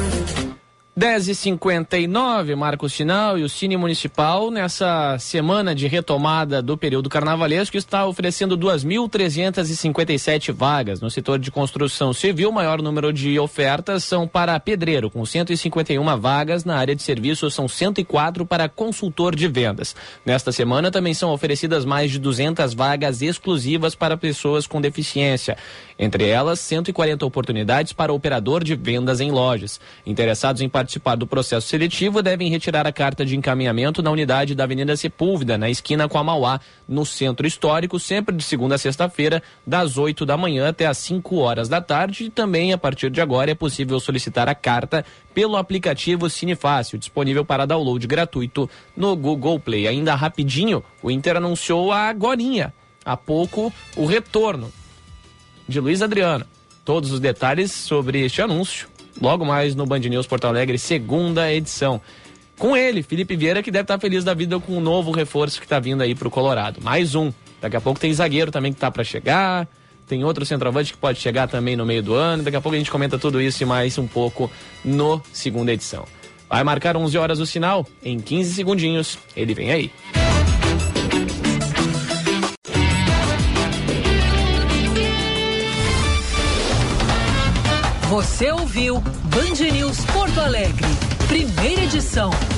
[SPEAKER 3] 10h59, Marcos Sinal, e o Cine Municipal, nessa semana de retomada do período carnavalesco, está oferecendo 2.357 vagas no setor de construção civil. O maior número de ofertas são para pedreiro, com 151 vagas. Na área de serviços, são 104 para consultor de vendas. Nesta semana, também são oferecidas mais de 200 vagas exclusivas para pessoas com deficiência. Entre elas, 140 oportunidades para operador de vendas em lojas. Interessados em participar do processo seletivo devem retirar a carta de encaminhamento na unidade da Avenida Sepúlveda, na esquina com a Mauá, no Centro Histórico, sempre de segunda a sexta-feira, das 8 da manhã até às 5 horas da tarde. E também, a partir de agora, é possível solicitar a carta pelo aplicativo Cine Fácil, disponível para download gratuito no Google Play. Ainda rapidinho, o Inter anunciou agorinha, há pouco, o retorno de Luiz Adriano. Todos os detalhes sobre este anúncio logo mais no Band News Porto Alegre, segunda edição. Com ele, Felipe Vieira, que deve estar feliz da vida com o novo reforço que está vindo aí pro Colorado. Mais um. Daqui a pouco tem zagueiro também que tá para chegar. Tem outro centroavante que pode chegar também no meio do ano. Daqui a pouco a gente comenta tudo isso e mais um pouco no segunda edição. Vai marcar 11 horas o sinal. Em 15 segundinhos, ele vem aí.
[SPEAKER 1] Você ouviu Band News Porto Alegre, primeira edição.